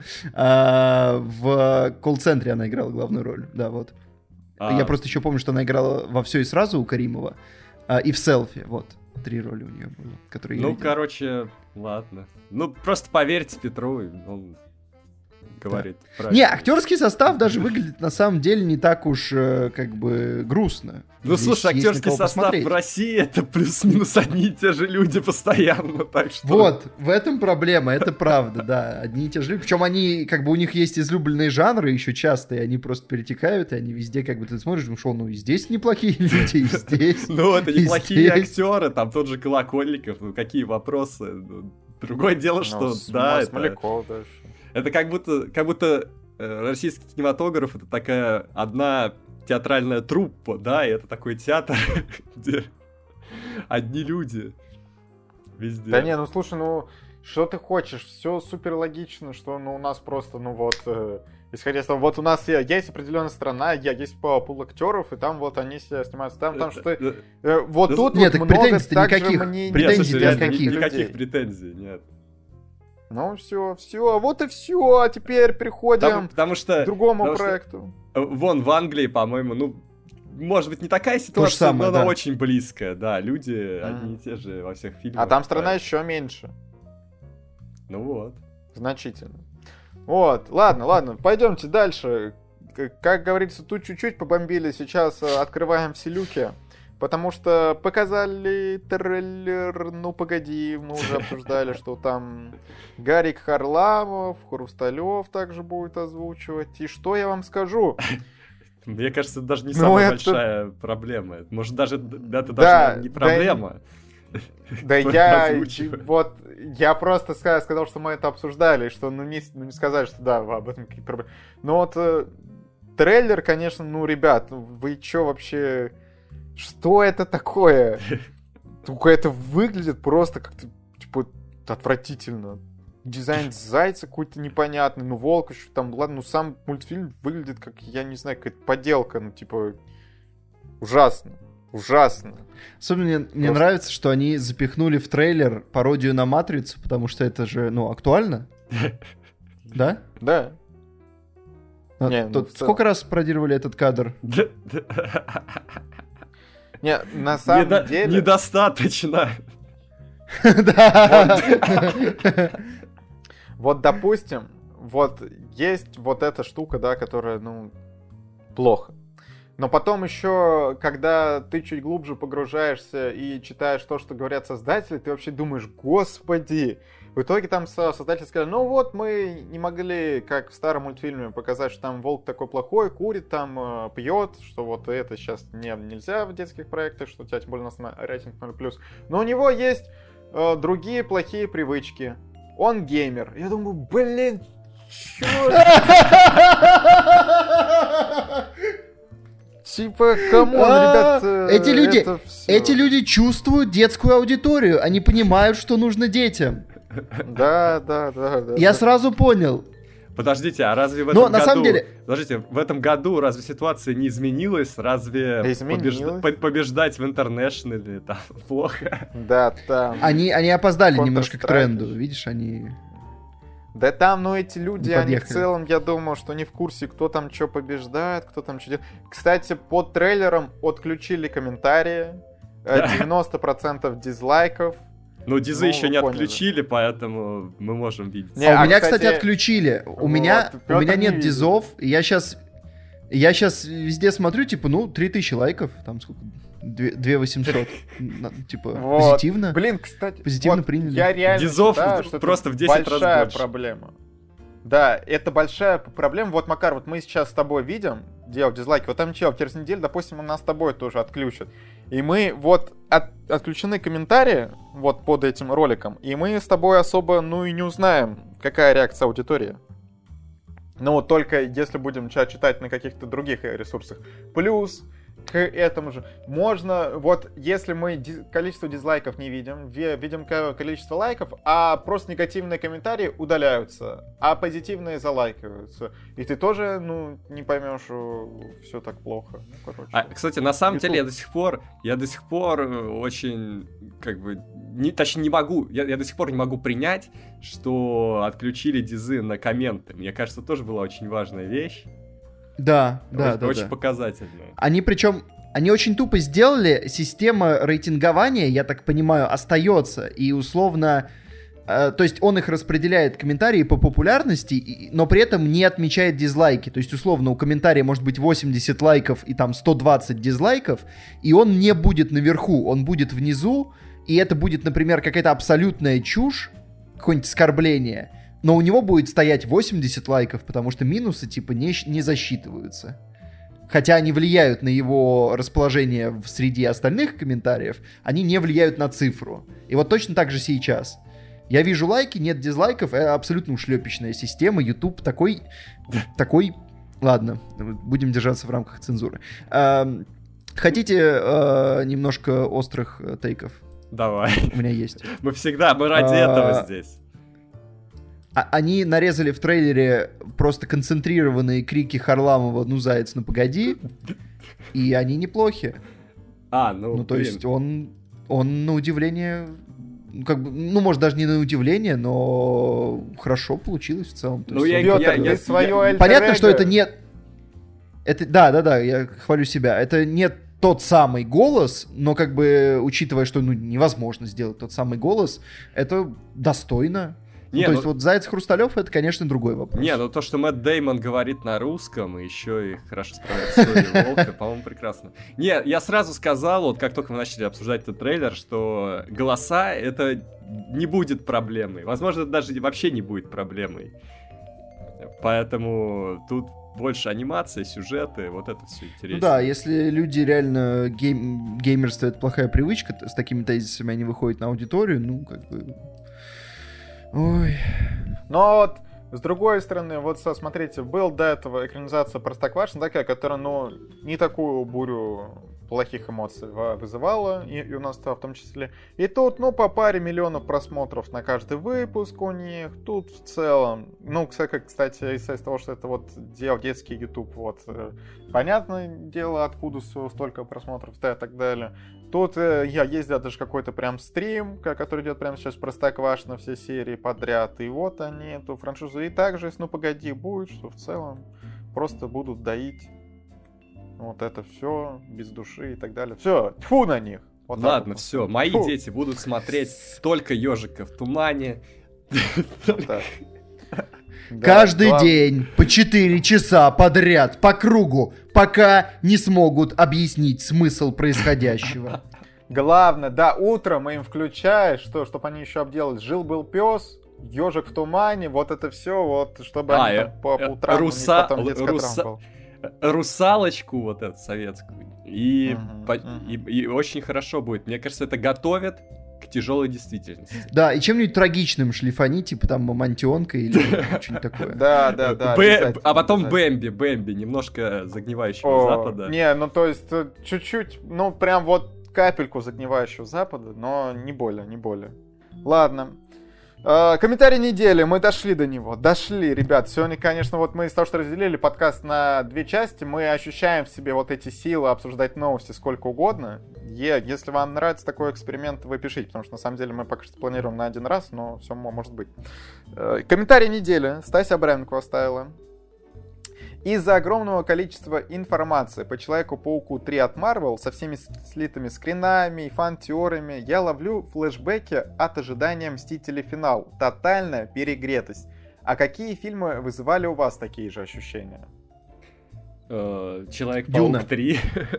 В колл-центре она играла главную роль. Да, вот. Я просто еще помню, что она играла во «Все и сразу» у Каримова. И в «Селфи». Вот. 3 роли у нее было, которые я Ну, видел. короче, ладно. Ну, просто поверьте Петру, он говорит правильно. Не, актерский состав даже выглядит на самом деле не так уж как бы грустно. Ну, Здесь слушай, есть на актерский кого состав посмотреть. в России это плюс-минус одни и те же люди постоянно, так что... Вот, в этом проблема, это правда, да. Одни и те же люди. Причем они, как бы у них есть излюбленные жанры еще часто, и они просто перетекают, и они везде, как бы ты смотришь, думаешь, ну и здесь неплохие люди, и здесь. Ну, это и неплохие здесь. актеры, там тот же Колокольников, ну какие вопросы. Ну, другое дело, что да, Смоляков дальше. это как будто российский кинематограф это такая одна театральная труппа, да, и это такой театр, где одни люди везде. Да не, ну слушай, ну что ты хочешь, все супер логично, что ну у нас просто, ну вот, исходя из того, вот у нас есть определенная страна, есть пул актеров, и там вот они себя снимаются, там что вот тут Нет, вот так много претензий-то также никаких. мнений. Претензий Нет, слушай, никаких. никаких претензий, нет. Ну все, вот и все, а теперь переходим Потому что к другому потому что проекту. Вон в Англии, по-моему, ну, может быть, не такая То же ситуация, самое, но она да. очень близкая, да, люди одни и те же во всех фильмах. А там страна да. еще меньше. Ну вот. Значительно. Вот, ладно, пойдемте дальше. Как говорится, тут чуть-чуть побомбили, сейчас открываем все люки. Потому что показали трейлер, ну погоди, мы уже обсуждали, что там Гарик Харламов, Хрусталев также будет озвучивать. И что я вам скажу? Мне кажется, это даже не Ну, самая это- большая проблема. Может, даже это Да, даже не проблема. Да Озвучивать. я просто сказал, что мы это обсуждали, что ну не сказали, что да, об этом какие проблемы. Но вот трейлер, конечно, ну, ребят, вы чё вообще... Что это такое? Только это выглядит просто как-то, типа, отвратительно. Дизайн зайца какой-то непонятный, ну, волк еще там, ладно, ну, сам мультфильм выглядит как, я не знаю, какая-то поделка, ну, типа, ужасно. Особенно мне нравится, что они запихнули в трейлер пародию на «Матрицу», потому что это же, ну, актуально. Да? Да. Не, ну, Тут в целом. сколько раз пародировали этот кадр? Не, на самом деле... Недостаточно. Да. Вот, допустим, вот есть вот эта штука, да, которая, ну, плохо. Но потом еще, когда ты чуть глубже погружаешься и читаешь то, что говорят создатели, ты вообще думаешь, господи. В итоге там создатели сказали, ну вот, мы не могли, как в старом мультфильме, показать, что там волк такой плохой, курит там, пьет, что вот это сейчас нельзя в детских проектах, что у тебя тем более у нас рейтинг 0+. Но у него есть другие плохие привычки. Он геймер. Я думаю, блин, чё? Типа, камон, ребят, Эти люди чувствуют детскую аудиторию, они понимают, что нужно детям. Да. Я сразу понял. Подождите, а разве в Но этом на году... самом деле... Подождите, в этом году разве ситуация не изменилась? Разве побеждать в Интернешнале там плохо? Да, там... Они опоздали немножко к Counter-Strike. тренду, видишь, они... Да там, ну, эти люди, Не они в подъехали. целом, я думаю, что не в курсе, кто там что побеждает, кто там что делает. Кстати, под трейлером отключили комментарии, 90% дизлайков. Ну, дизы Ну, еще не поняли. отключили, поэтому мы можем видеть. Не, А у меня, кстати, кстати, отключили. У меня Пётр не нет видит. дизов. И я сейчас везде смотрю, типа, 3000 лайков. Там сколько? 2800. Типа, Вот. позитивно. Блин, кстати, Позитивно вот приняли. я реально Дизов считаю, что просто это в 10 раз большая больше. проблема. Да, это большая проблема. Вот, Макар, вот мы сейчас с тобой видим, делать дизлайки. Вот там чел, через неделю, допустим, он нас с тобой тоже отключат. И мы вот отключены комментарии вот под этим роликом, и мы с тобой особо, ну и не узнаем, какая реакция аудитории. Ну, вот только если будем читать на каких-то других ресурсах. Плюс к этому же можно, вот если мы количество дизлайков не видим, видим количество лайков, а просто негативные комментарии удаляются, а позитивные залайкиваются. И ты тоже, ну, не поймешь, что все так плохо. Ну, короче. Кстати, на самом YouTube. деле я до сих пор очень, как бы, точнее не могу, я до сих пор не могу принять, что отключили дизы на комменты. Мне кажется, тоже была очень важная вещь. Да. Очень показательная. Они очень тупо сделали, система рейтингования, я так понимаю, остается, и условно, то есть он их распределяет, комментарии по популярности, но при этом не отмечает дизлайки, то есть условно у комментария может быть 80 лайков и там 120 дизлайков, и он не будет наверху, он будет внизу, и это будет, например, какая-то абсолютная чушь, какое-нибудь оскорбление, но у него будет стоять 80 лайков, потому что минусы типа не засчитываются. Хотя они влияют на его расположение в среде остальных комментариев, они не влияют на цифру. И вот точно так же сейчас. Я вижу лайки, нет дизлайков, это абсолютно ушлепечная система. YouTube такой... Ладно, будем держаться в рамках цензуры. Хотите немножко острых тейков? Давай. У меня есть. Мы ради этого здесь. Они нарезали в трейлере просто концентрированные крики Харламова «Ну, заяц, ну погоди», и они неплохи. Ну, то есть он на удивление, как бы, ну, может, даже не на удивление, но хорошо получилось в целом. То есть понятно, что это нет... Да, я хвалю себя. Это не тот самый голос, но как бы, учитывая, что невозможно сделать тот самый голос, это достойно. Есть вот Заяц Хрусталев, это, конечно, другой вопрос. То, что Мэтт Дэймон говорит на русском, и еще и хорошо справляется с историей Волка, по-моему, прекрасно. Я сразу сказал, вот как только мы начали обсуждать этот трейлер, что голоса — это не будет проблемой. Возможно, это даже вообще не будет проблемой. Поэтому тут больше анимации, сюжеты, вот это все интересно. Ну да, если люди реально геймерство — это плохая привычка, с такими тезисами они выходят на аудиторию, ну, как бы... Ой. Но вот, с другой стороны, вот смотрите, был до этого экранизация Простоквашино такая, которая, не такую бурю плохих эмоций вызывала, и у нас в том числе. И тут, по паре миллионов просмотров на каждый выпуск у них. Тут в целом, кстати, из-за того, что это вот детский YouTube, вот, понятное дело, откуда столько просмотров, да, и так далее. Тут есть даже какой-то прям стрим, который идет прямо сейчас Простоквашино, все серии подряд. И вот они эту франшизу. И также, если погоди, будет, что в целом просто будут доить вот это все без души и так далее. Все, тьфу на них. Вот ладно, все, мои дети будут смотреть только «Ежика в тумане». Каждый день по 4 часа подряд по кругу, пока не смогут объяснить смысл происходящего. Главное, да, утром им включаешь, чтобы они еще обделали. Жил-был пес, «Ежик в тумане», вот это все, вот, чтобы они там по утрам у них потом детская травма была. Русалочку вот эту советскую. И очень хорошо будет. Мне кажется, это готовит к тяжелой действительности. Да, и чем-нибудь трагичным шлифани, типа там «Мамонтенка» или что-нибудь такое. Да. А потом Бэмби, немножко загнивающего Запада. Не, то есть чуть-чуть, прям вот капельку загнивающего Запада, но не более. Ладно. Комментарий недели, мы дошли до него, ребят. Сегодня, конечно, вот мы из-за того, что разделили подкаст на две части, мы ощущаем в себе вот эти силы обсуждать новости сколько угодно. Если вам нравится такой эксперимент, вы пишите, потому что на самом деле мы пока что планируем на один раз, но все может быть. Комментарий недели, Стася Абраменко оставила. Из-за огромного количества информации по Человеку-пауку 3 от Marvel со всеми слитыми скринами и фан-теориями я ловлю флешбеки от ожидания Мстителей финал. Тотальная перегретость. А какие фильмы вызывали у вас такие же ощущения? Человек-паук 3.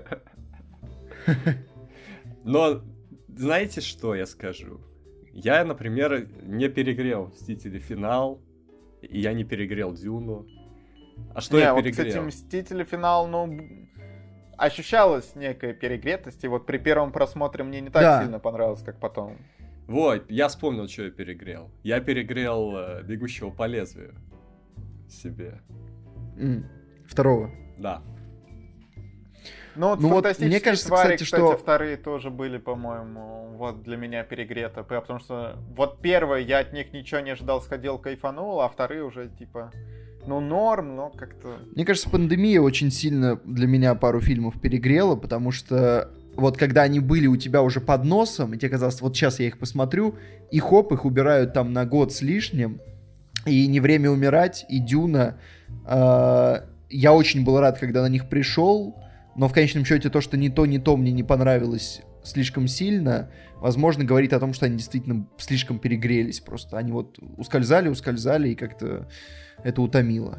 Но знаете, что я скажу? Я, например, не перегрел Мстители финал, и я не перегрел Дюну. А что я перегрел? Кстати, Мстители финал, ощущалась некая перегретость, и вот при первом просмотре мне не так сильно понравилось, как потом. Вот, я вспомнил, что я перегрел. Я перегрел Бегущего по лезвию себе. Второго. Да. Фантастические мне кажется, твари, кстати, что вторые тоже были, по-моему, вот для меня перегреты. Потому что вот первые я от них ничего не ожидал, сходил, кайфанул, а вторые уже типа... норм, но как-то... Мне кажется, пандемия очень сильно для меня пару фильмов перегрела, потому что вот когда они были у тебя уже под носом, и тебе казалось, вот сейчас я их посмотрю, и хоп, их убирают там на год с лишним, и «Не время умирать», и «Дюна». Я очень был рад, когда на них пришел, но в конечном счете то, что ни то мне не понравилось слишком сильно, возможно, говорит о том, что они действительно слишком перегрелись просто. Они вот ускользали, и как-то это утомило.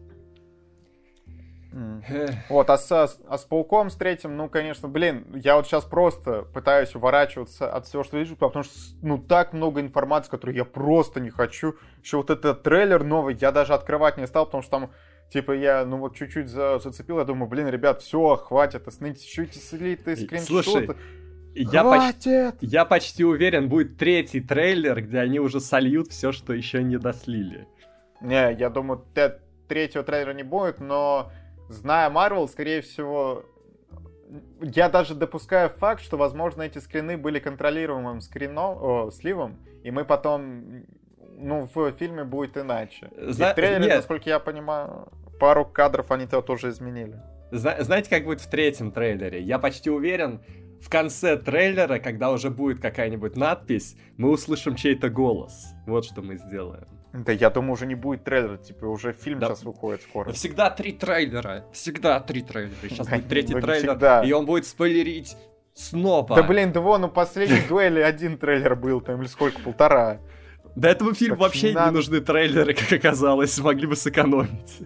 Вот, а с Пауком, с третьим, конечно, я вот сейчас просто пытаюсь уворачиваться от всего, что вижу, потому что, так много информации, которую я просто не хочу. Еще вот этот трейлер новый я даже открывать не стал, потому что там, я, чуть-чуть зацепил, я думаю, ребят, все, хватит, остановитесь, чуть слитые скриншоты. Слушай, хватит! Я почти уверен, будет третий трейлер, где они уже сольют все, что еще не дослили. Не, я думаю, третьего трейлера не будет, но, зная Marvel, скорее всего, я даже допускаю факт, что, возможно, эти скрины были контролируемым сливом, и мы потом, в фильме будет иначе. И в трейлере, насколько я понимаю, пару кадров они тоже изменили. Знаете, как будет в третьем трейлере? Я почти уверен, в конце трейлера, когда уже будет какая-нибудь надпись, мы услышим чей-то голос. Вот что мы сделаем. Да, я думаю, уже не будет трейлера, фильм сейчас выходит скоро. Всегда 3 трейлера. Сейчас будет третий трейлер, и он будет спойлерить снова. Да, последний дуэли 1 трейлер был, там, или сколько, 1,5. До этого фильма вообще не нужны трейлеры, как оказалось, смогли бы сэкономить.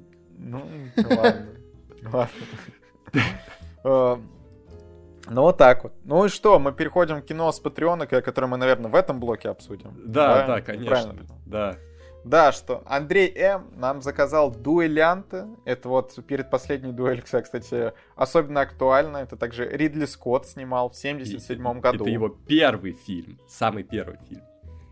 Ладно. Вот так вот. И что, мы переходим к кино с Патреона, которое мы, наверное, в этом блоке обсудим. Да, конечно. Правильно. Да, что Андрей М. нам заказал «Дуэлянты». Это вот перед последней дуэлью, кстати, особенно актуально. Это также Ридли Скотт снимал в 1977 году. Это его первый фильм, самый первый фильм.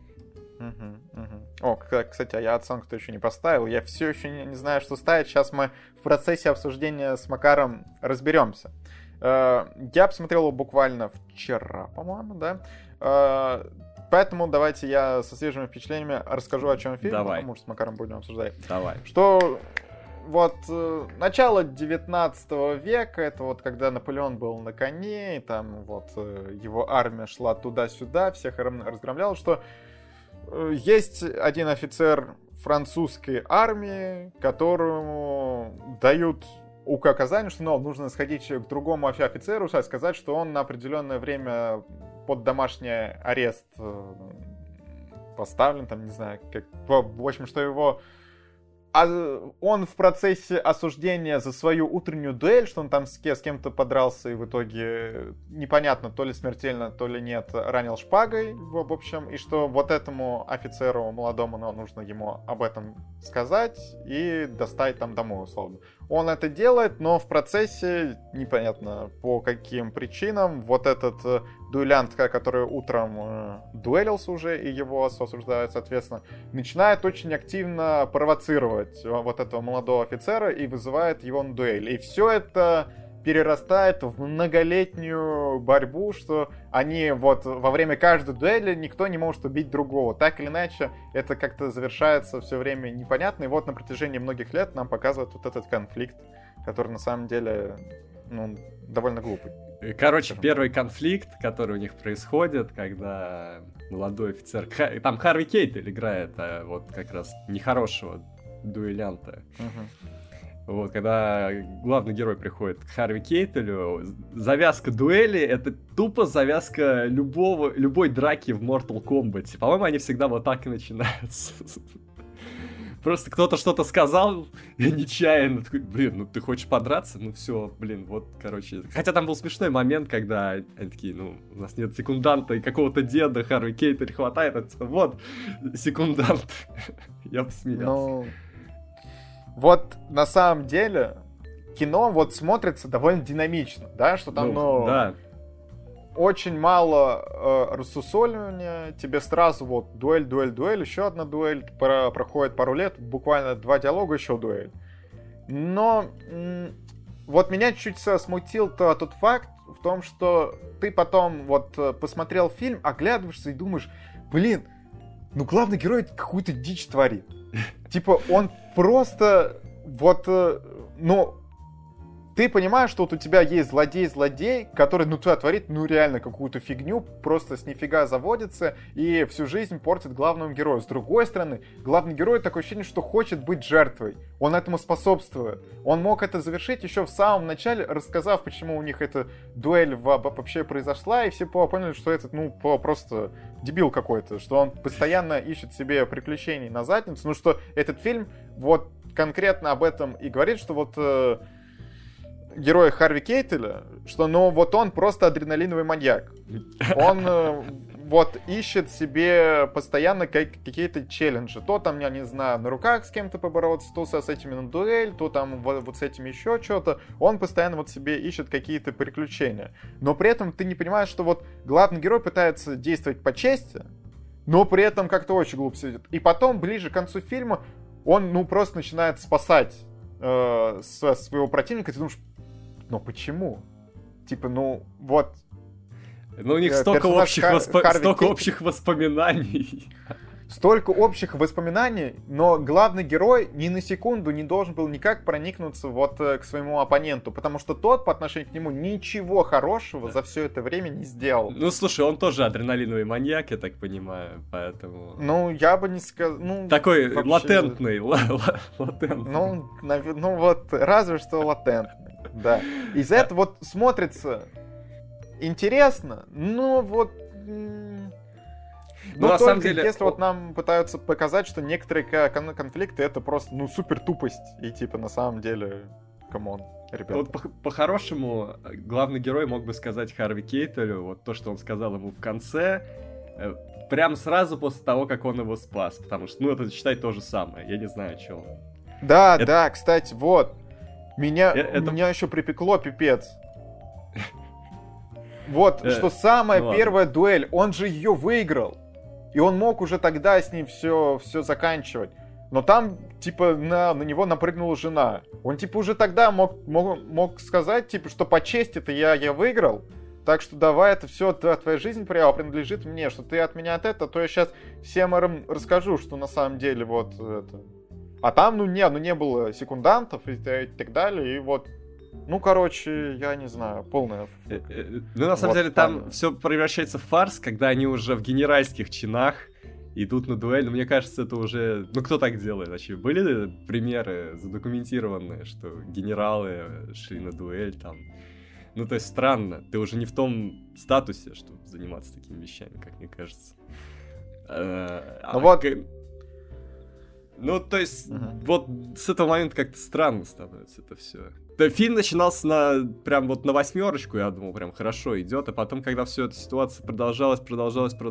О, кстати, я оценку-то еще не поставил. Я все еще не знаю, что ставить. Сейчас мы в процессе обсуждения с Макаром разберемся. Я посмотрел его буквально вчера, по-моему, да. Поэтому давайте я со свежими впечатлениями расскажу, о чем фильм, потому что с Макаром будем обсуждать. Давай. Что вот начало 19 века, это вот когда Наполеон был на коне, и там вот его армия шла туда-сюда, всех разгромляла, что есть один офицер французской армии, которому дают указание, что нужно сходить к другому офицеру, сказать, что он на определенное время под домашний арест поставлен, там, не знаю, в общем, что его... он в процессе осуждения за свою утреннюю дуэль, что он там с кем-то подрался и в итоге непонятно, то ли смертельно, то ли нет, ранил шпагой, в общем, и что вот этому офицеру молодому нужно ему об этом сказать и доставить там домой, условно. Он это делает, но в процессе, непонятно по каким причинам, вот этот дуэлянт, который утром дуэлился уже, и его осуждают, соответственно, начинает очень активно провоцировать вот этого молодого офицера и вызывает его на дуэль. И все это перерастает в многолетнюю борьбу, что они вот во время каждой дуэли никто не может убить другого. Так или иначе, это как-то завершается все время непонятно. И вот на протяжении многих лет нам показывают вот этот конфликт, который на самом деле, ну, довольно глупый. Короче, первый конфликт, который у них происходит, когда молодой офицер... Там Харви Кейтель играет, вот как раз нехорошего дуэлянта. Вот, когда главный герой приходит к Харви Кейтелю, завязка дуэли — это тупо завязка любой драки в Mortal Kombat. По-моему, они всегда вот так и начинаются. Просто кто-то что-то сказал нечаянно, такой, блин, ну ты хочешь подраться? Ну все, блин, вот, короче. Хотя там был смешной момент, когда они такие, ну, у нас нет секунданта, и какого-то деда Харви Кейтель хватает, это, вот, секундант. Я посмеялся. Ну, вот на самом деле кино вот смотрится довольно динамично, да, что там, да. Очень мало рассусоливания, тебе сразу вот дуэль, еще одна дуэль, проходит пару лет, буквально 2 диалога, еще дуэль. Но вот меня чуть смутил тот факт в том, что ты потом вот посмотрел фильм, оглядываешься и думаешь, блин, ну главный герой какую-то дичь творит. Типа он просто вот, ну... Ты понимаешь, что вот у тебя есть злодей, который, ну, творит, ну, реально какую-то фигню, просто с нифига заводится и всю жизнь портит главному герою. С другой стороны, главный герой такое ощущение, что хочет быть жертвой. Он этому способствует. Он мог это завершить еще в самом начале, рассказав, почему у них эта дуэль вообще произошла, и все поняли, что этот, ну, просто дебил какой-то, что он постоянно ищет себе приключений на задницу. Ну, что этот фильм вот конкретно об этом и говорит, что вот... героя Харви Кейтеля, что, ну, вот он просто адреналиновый маньяк. Он вот ищет себе постоянно какие-то челленджи. То там, я не знаю, на руках с кем-то побороться, то с этими на дуэль, то там вот с этими еще что-то. Он постоянно вот себе ищет какие-то приключения. Но при этом ты не понимаешь, что вот главный герой пытается действовать по чести, но при этом как-то очень глупо сидит. И потом, ближе к концу фильма, он, ну, просто начинает спасать своего противника. Ты думаешь, но почему? Типа, ну, вот... Ну, у них столько общих воспоминаний. Столько общих воспоминаний, но главный герой ни на секунду не должен был никак проникнуться вот к своему оппоненту, потому что тот по отношению к нему ничего хорошего за все это время не сделал. Ну, слушай, он тоже адреналиновый маньяк, я так понимаю, поэтому... Ну, я бы не сказал... Ну, такой вообще... латентный. Ну, вот, разве что латентный, да. Из-за этого вот смотрится интересно, но вот... Ну, на самом деле, если вот нам пытаются показать, что некоторые конфликты это просто, ну, супер тупость. И типа, на самом деле, камон, ребята. Вот по-хорошему, главный герой мог бы сказать Харви Кейтелю вот то, что он сказал ему в конце, прям сразу после того, как он его спас. Потому что, ну, это, считай, то же самое. Я не знаю, о чем. Да, кстати, вот. Меня еще припекло, пипец. Вот, что самая первая дуэль, он же ее выиграл. И он мог уже тогда с ним все заканчивать. Но там, типа, на него напрыгнула жена. Он, типа, уже тогда мог сказать, типа, что по чести-то я выиграл. Так что давай, это все, твоя жизнь принадлежит мне. Что ты от меня от этого, то я сейчас всем расскажу, что на самом деле вот это... А там, не было секундантов и так далее. И вот, ну, короче, я не знаю, полная... Ну, на самом деле, там все превращается в фарс, когда они уже в генеральских чинах идут на дуэль. Но мне кажется, это уже... Ну, кто так делает вообще? Были примеры задокументированные, что генералы шли на дуэль там? Ну, то есть странно. Ты уже не в том статусе, чтобы заниматься такими вещами, как мне кажется. Ну, то есть, вот с этого момента как-то странно становится это все. Да, фильм начинался прям вот на 8, я думал, прям хорошо идет, а потом, когда все эта ситуация продолжалась, у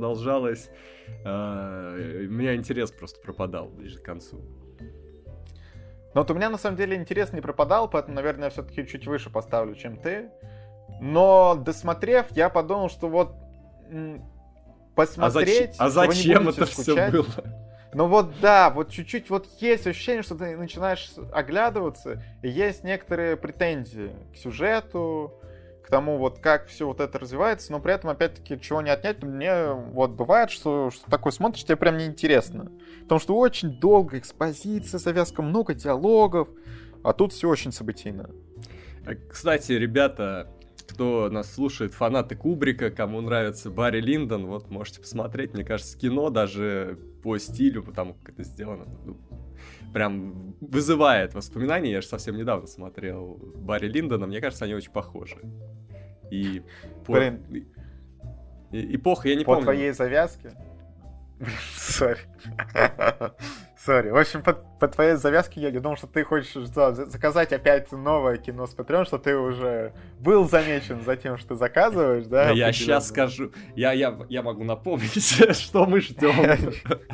меня интерес просто пропадал ближе к концу. Ну вот у меня на самом деле интерес не пропадал, поэтому, наверное, я все-таки чуть выше поставлю, чем ты. Но досмотрев, я подумал, что вот посмотреть... А зачем это все было? Ну вот да, вот чуть-чуть вот есть ощущение, что ты начинаешь оглядываться, и есть некоторые претензии к сюжету, к тому, вот как все вот это развивается, но при этом, опять-таки, чего не отнять, мне вот бывает, что такое смотришь, тебе прям неинтересно. Потому что очень долго экспозиция, завязка, много диалогов, а тут все очень событийно. Кстати, ребята, кто нас слушает, фанаты Кубрика, кому нравится Барри Линдон, вот можете посмотреть, мне кажется, кино даже по стилю, потому как это сделано, прям вызывает воспоминания. Я же совсем недавно смотрел Барри Линдона, мне кажется, они очень похожи. И Блин, эпоха, я не по помню. твоей завязке... Сори. Сори. В общем, по твоей завязке я думал, что ты хочешь заказать опять новое кино с Patreon, что ты уже был замечен за тем, что заказываешь, да? Я сейчас скажу. Я могу напомнить, что мы ждем.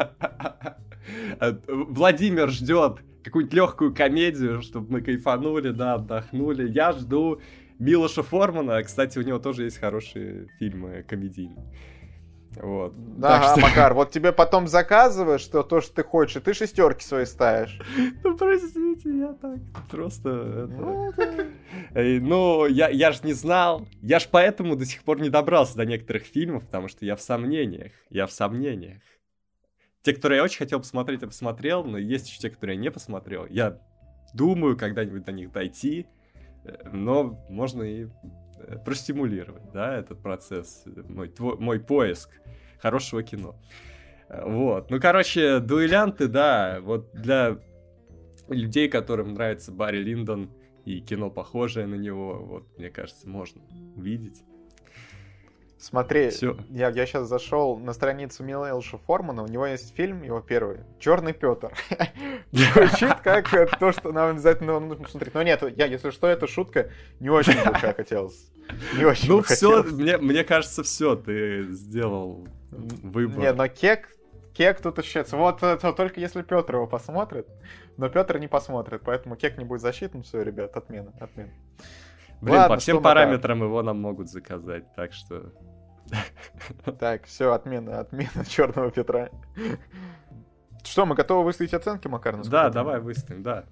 Владимир ждет какую-нибудь легкую комедию, чтобы мы кайфанули, да, отдохнули. Я жду Милоша Формана. Кстати, у него тоже есть хорошие фильмы комедийные. Вот. Да, что... Макар, вот тебе потом заказываешь то, что ты хочешь, и ты 6 свои ставишь. Ну, простите, я так просто... Ну, я ж не знал. Я ж поэтому до сих пор не добрался до некоторых фильмов, потому что я в сомнениях. Те, которые я очень хотел посмотреть, я посмотрел, но есть еще те, которые я не посмотрел. Я думаю когда-нибудь до них дойти, но можно и простимулировать, да, этот процесс, мой поиск хорошего кино. Вот. Ну, короче, дуэлянты, да, вот для людей, которым нравится Барри Линдон и кино, похожее на него, вот, мне кажется, можно увидеть. Смотри, я сейчас зашел на страницу Милоша Формана, у него есть фильм, его первый, «Черный Петр». Звучит как то, что нам обязательно нужно посмотреть. Но нет, если что, это шутка, не очень бы хотелось. Не очень ну бы все, хотелось. мне кажется, все, ты сделал выбор. Не, но кек тут ощущается. Вот только если Петр его посмотрит, но Петр не посмотрит, поэтому кек не будет засчитан. Все, ребят, отмена. Блин, ладно, по всем параметрам его нам могут заказать, так что... Так, все, отмена Черного Петра. Что, мы готовы выставить оценки, Макар? Да, давай выставим, да.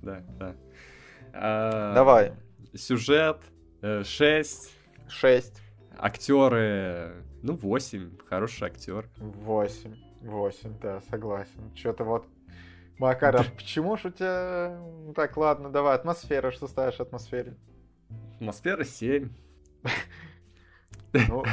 Давай. Сюжет 6. 6. Актеры, 8. Хороший актер. 8, да, согласен. Что-то вот... Макар, а почему ж у тебя... Так, ладно, давай, атмосфера. Что ставишь атмосфере? Атмосфера 7. Ну,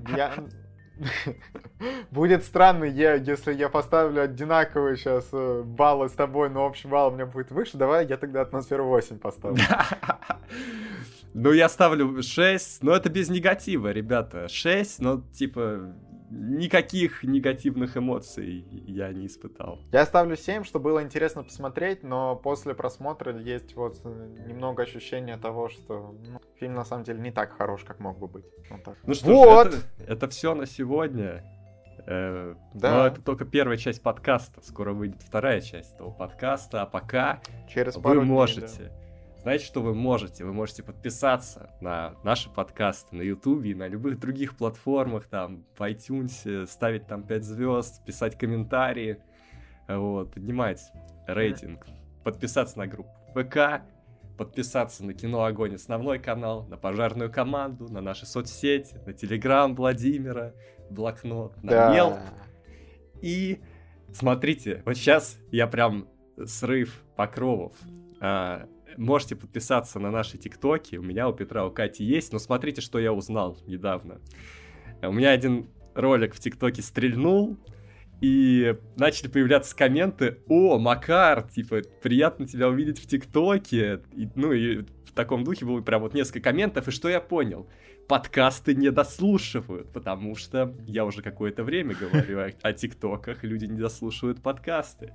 будет странно, если я поставлю одинаковые сейчас баллы с тобой, но общий балл у меня будет выше. Давай я тогда атмосферу 8 поставлю. Ну, я ставлю 6, но это без негатива, ребята. 6, но, никаких негативных эмоций я не испытал. Я ставлю 7, что было интересно посмотреть, но после просмотра есть вот немного ощущения того, что фильм на самом деле не так хорош, как мог бы быть. Вот так. Ну что ж, это все на сегодня. Да. Но это только первая часть подкаста. Скоро выйдет вторая часть этого подкаста. А пока через пару вы дней, можете... Да. Знаете, что вы можете? Вы можете подписаться на наши подкасты на Ютубе и на любых других платформах, там, в iTunes, ставить там 5 звезд, писать комментарии, вот, поднимать рейтинг, подписаться на группу ВК, подписаться на Кино Огонь основной канал, на Пожарную команду, на наши соцсети, на Телеграм Владимира, Блокнот, на Мелп. И смотрите, вот сейчас я прям срыв покровов. Можете подписаться на наши тиктоки. У меня, у Петра, у Кати есть. Но смотрите, что я узнал недавно. У меня один ролик в тиктоке стрельнул, и начали появляться комменты: «О, Макар, приятно тебя увидеть в тиктоке». И в таком духе было прям вот несколько комментов. И что я понял? Подкасты не дослушивают, потому что я уже какое-то время говорю о тиктоках, люди не дослушивают подкасты.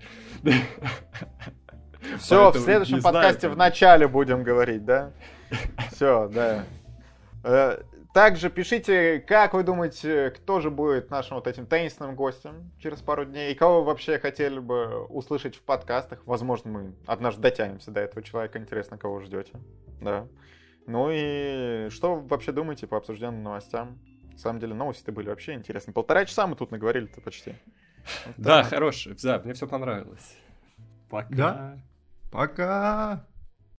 Все, в следующем подкасте в начале будем говорить, да? Все, да. Также пишите, как вы думаете, кто же будет нашим вот этим таинственным гостем через пару дней, и кого вы вообще хотели бы услышать в подкастах. Возможно, мы однажды дотянемся до этого человека. Интересно, кого вы ждете. Да. Ну и что вы вообще думаете по обсужденным новостям? На самом деле, новости-то были вообще интересны. 1,5 часа мы тут наговорили-то почти. Да, хороший, да, мне все понравилось. Пока. Да? Пока.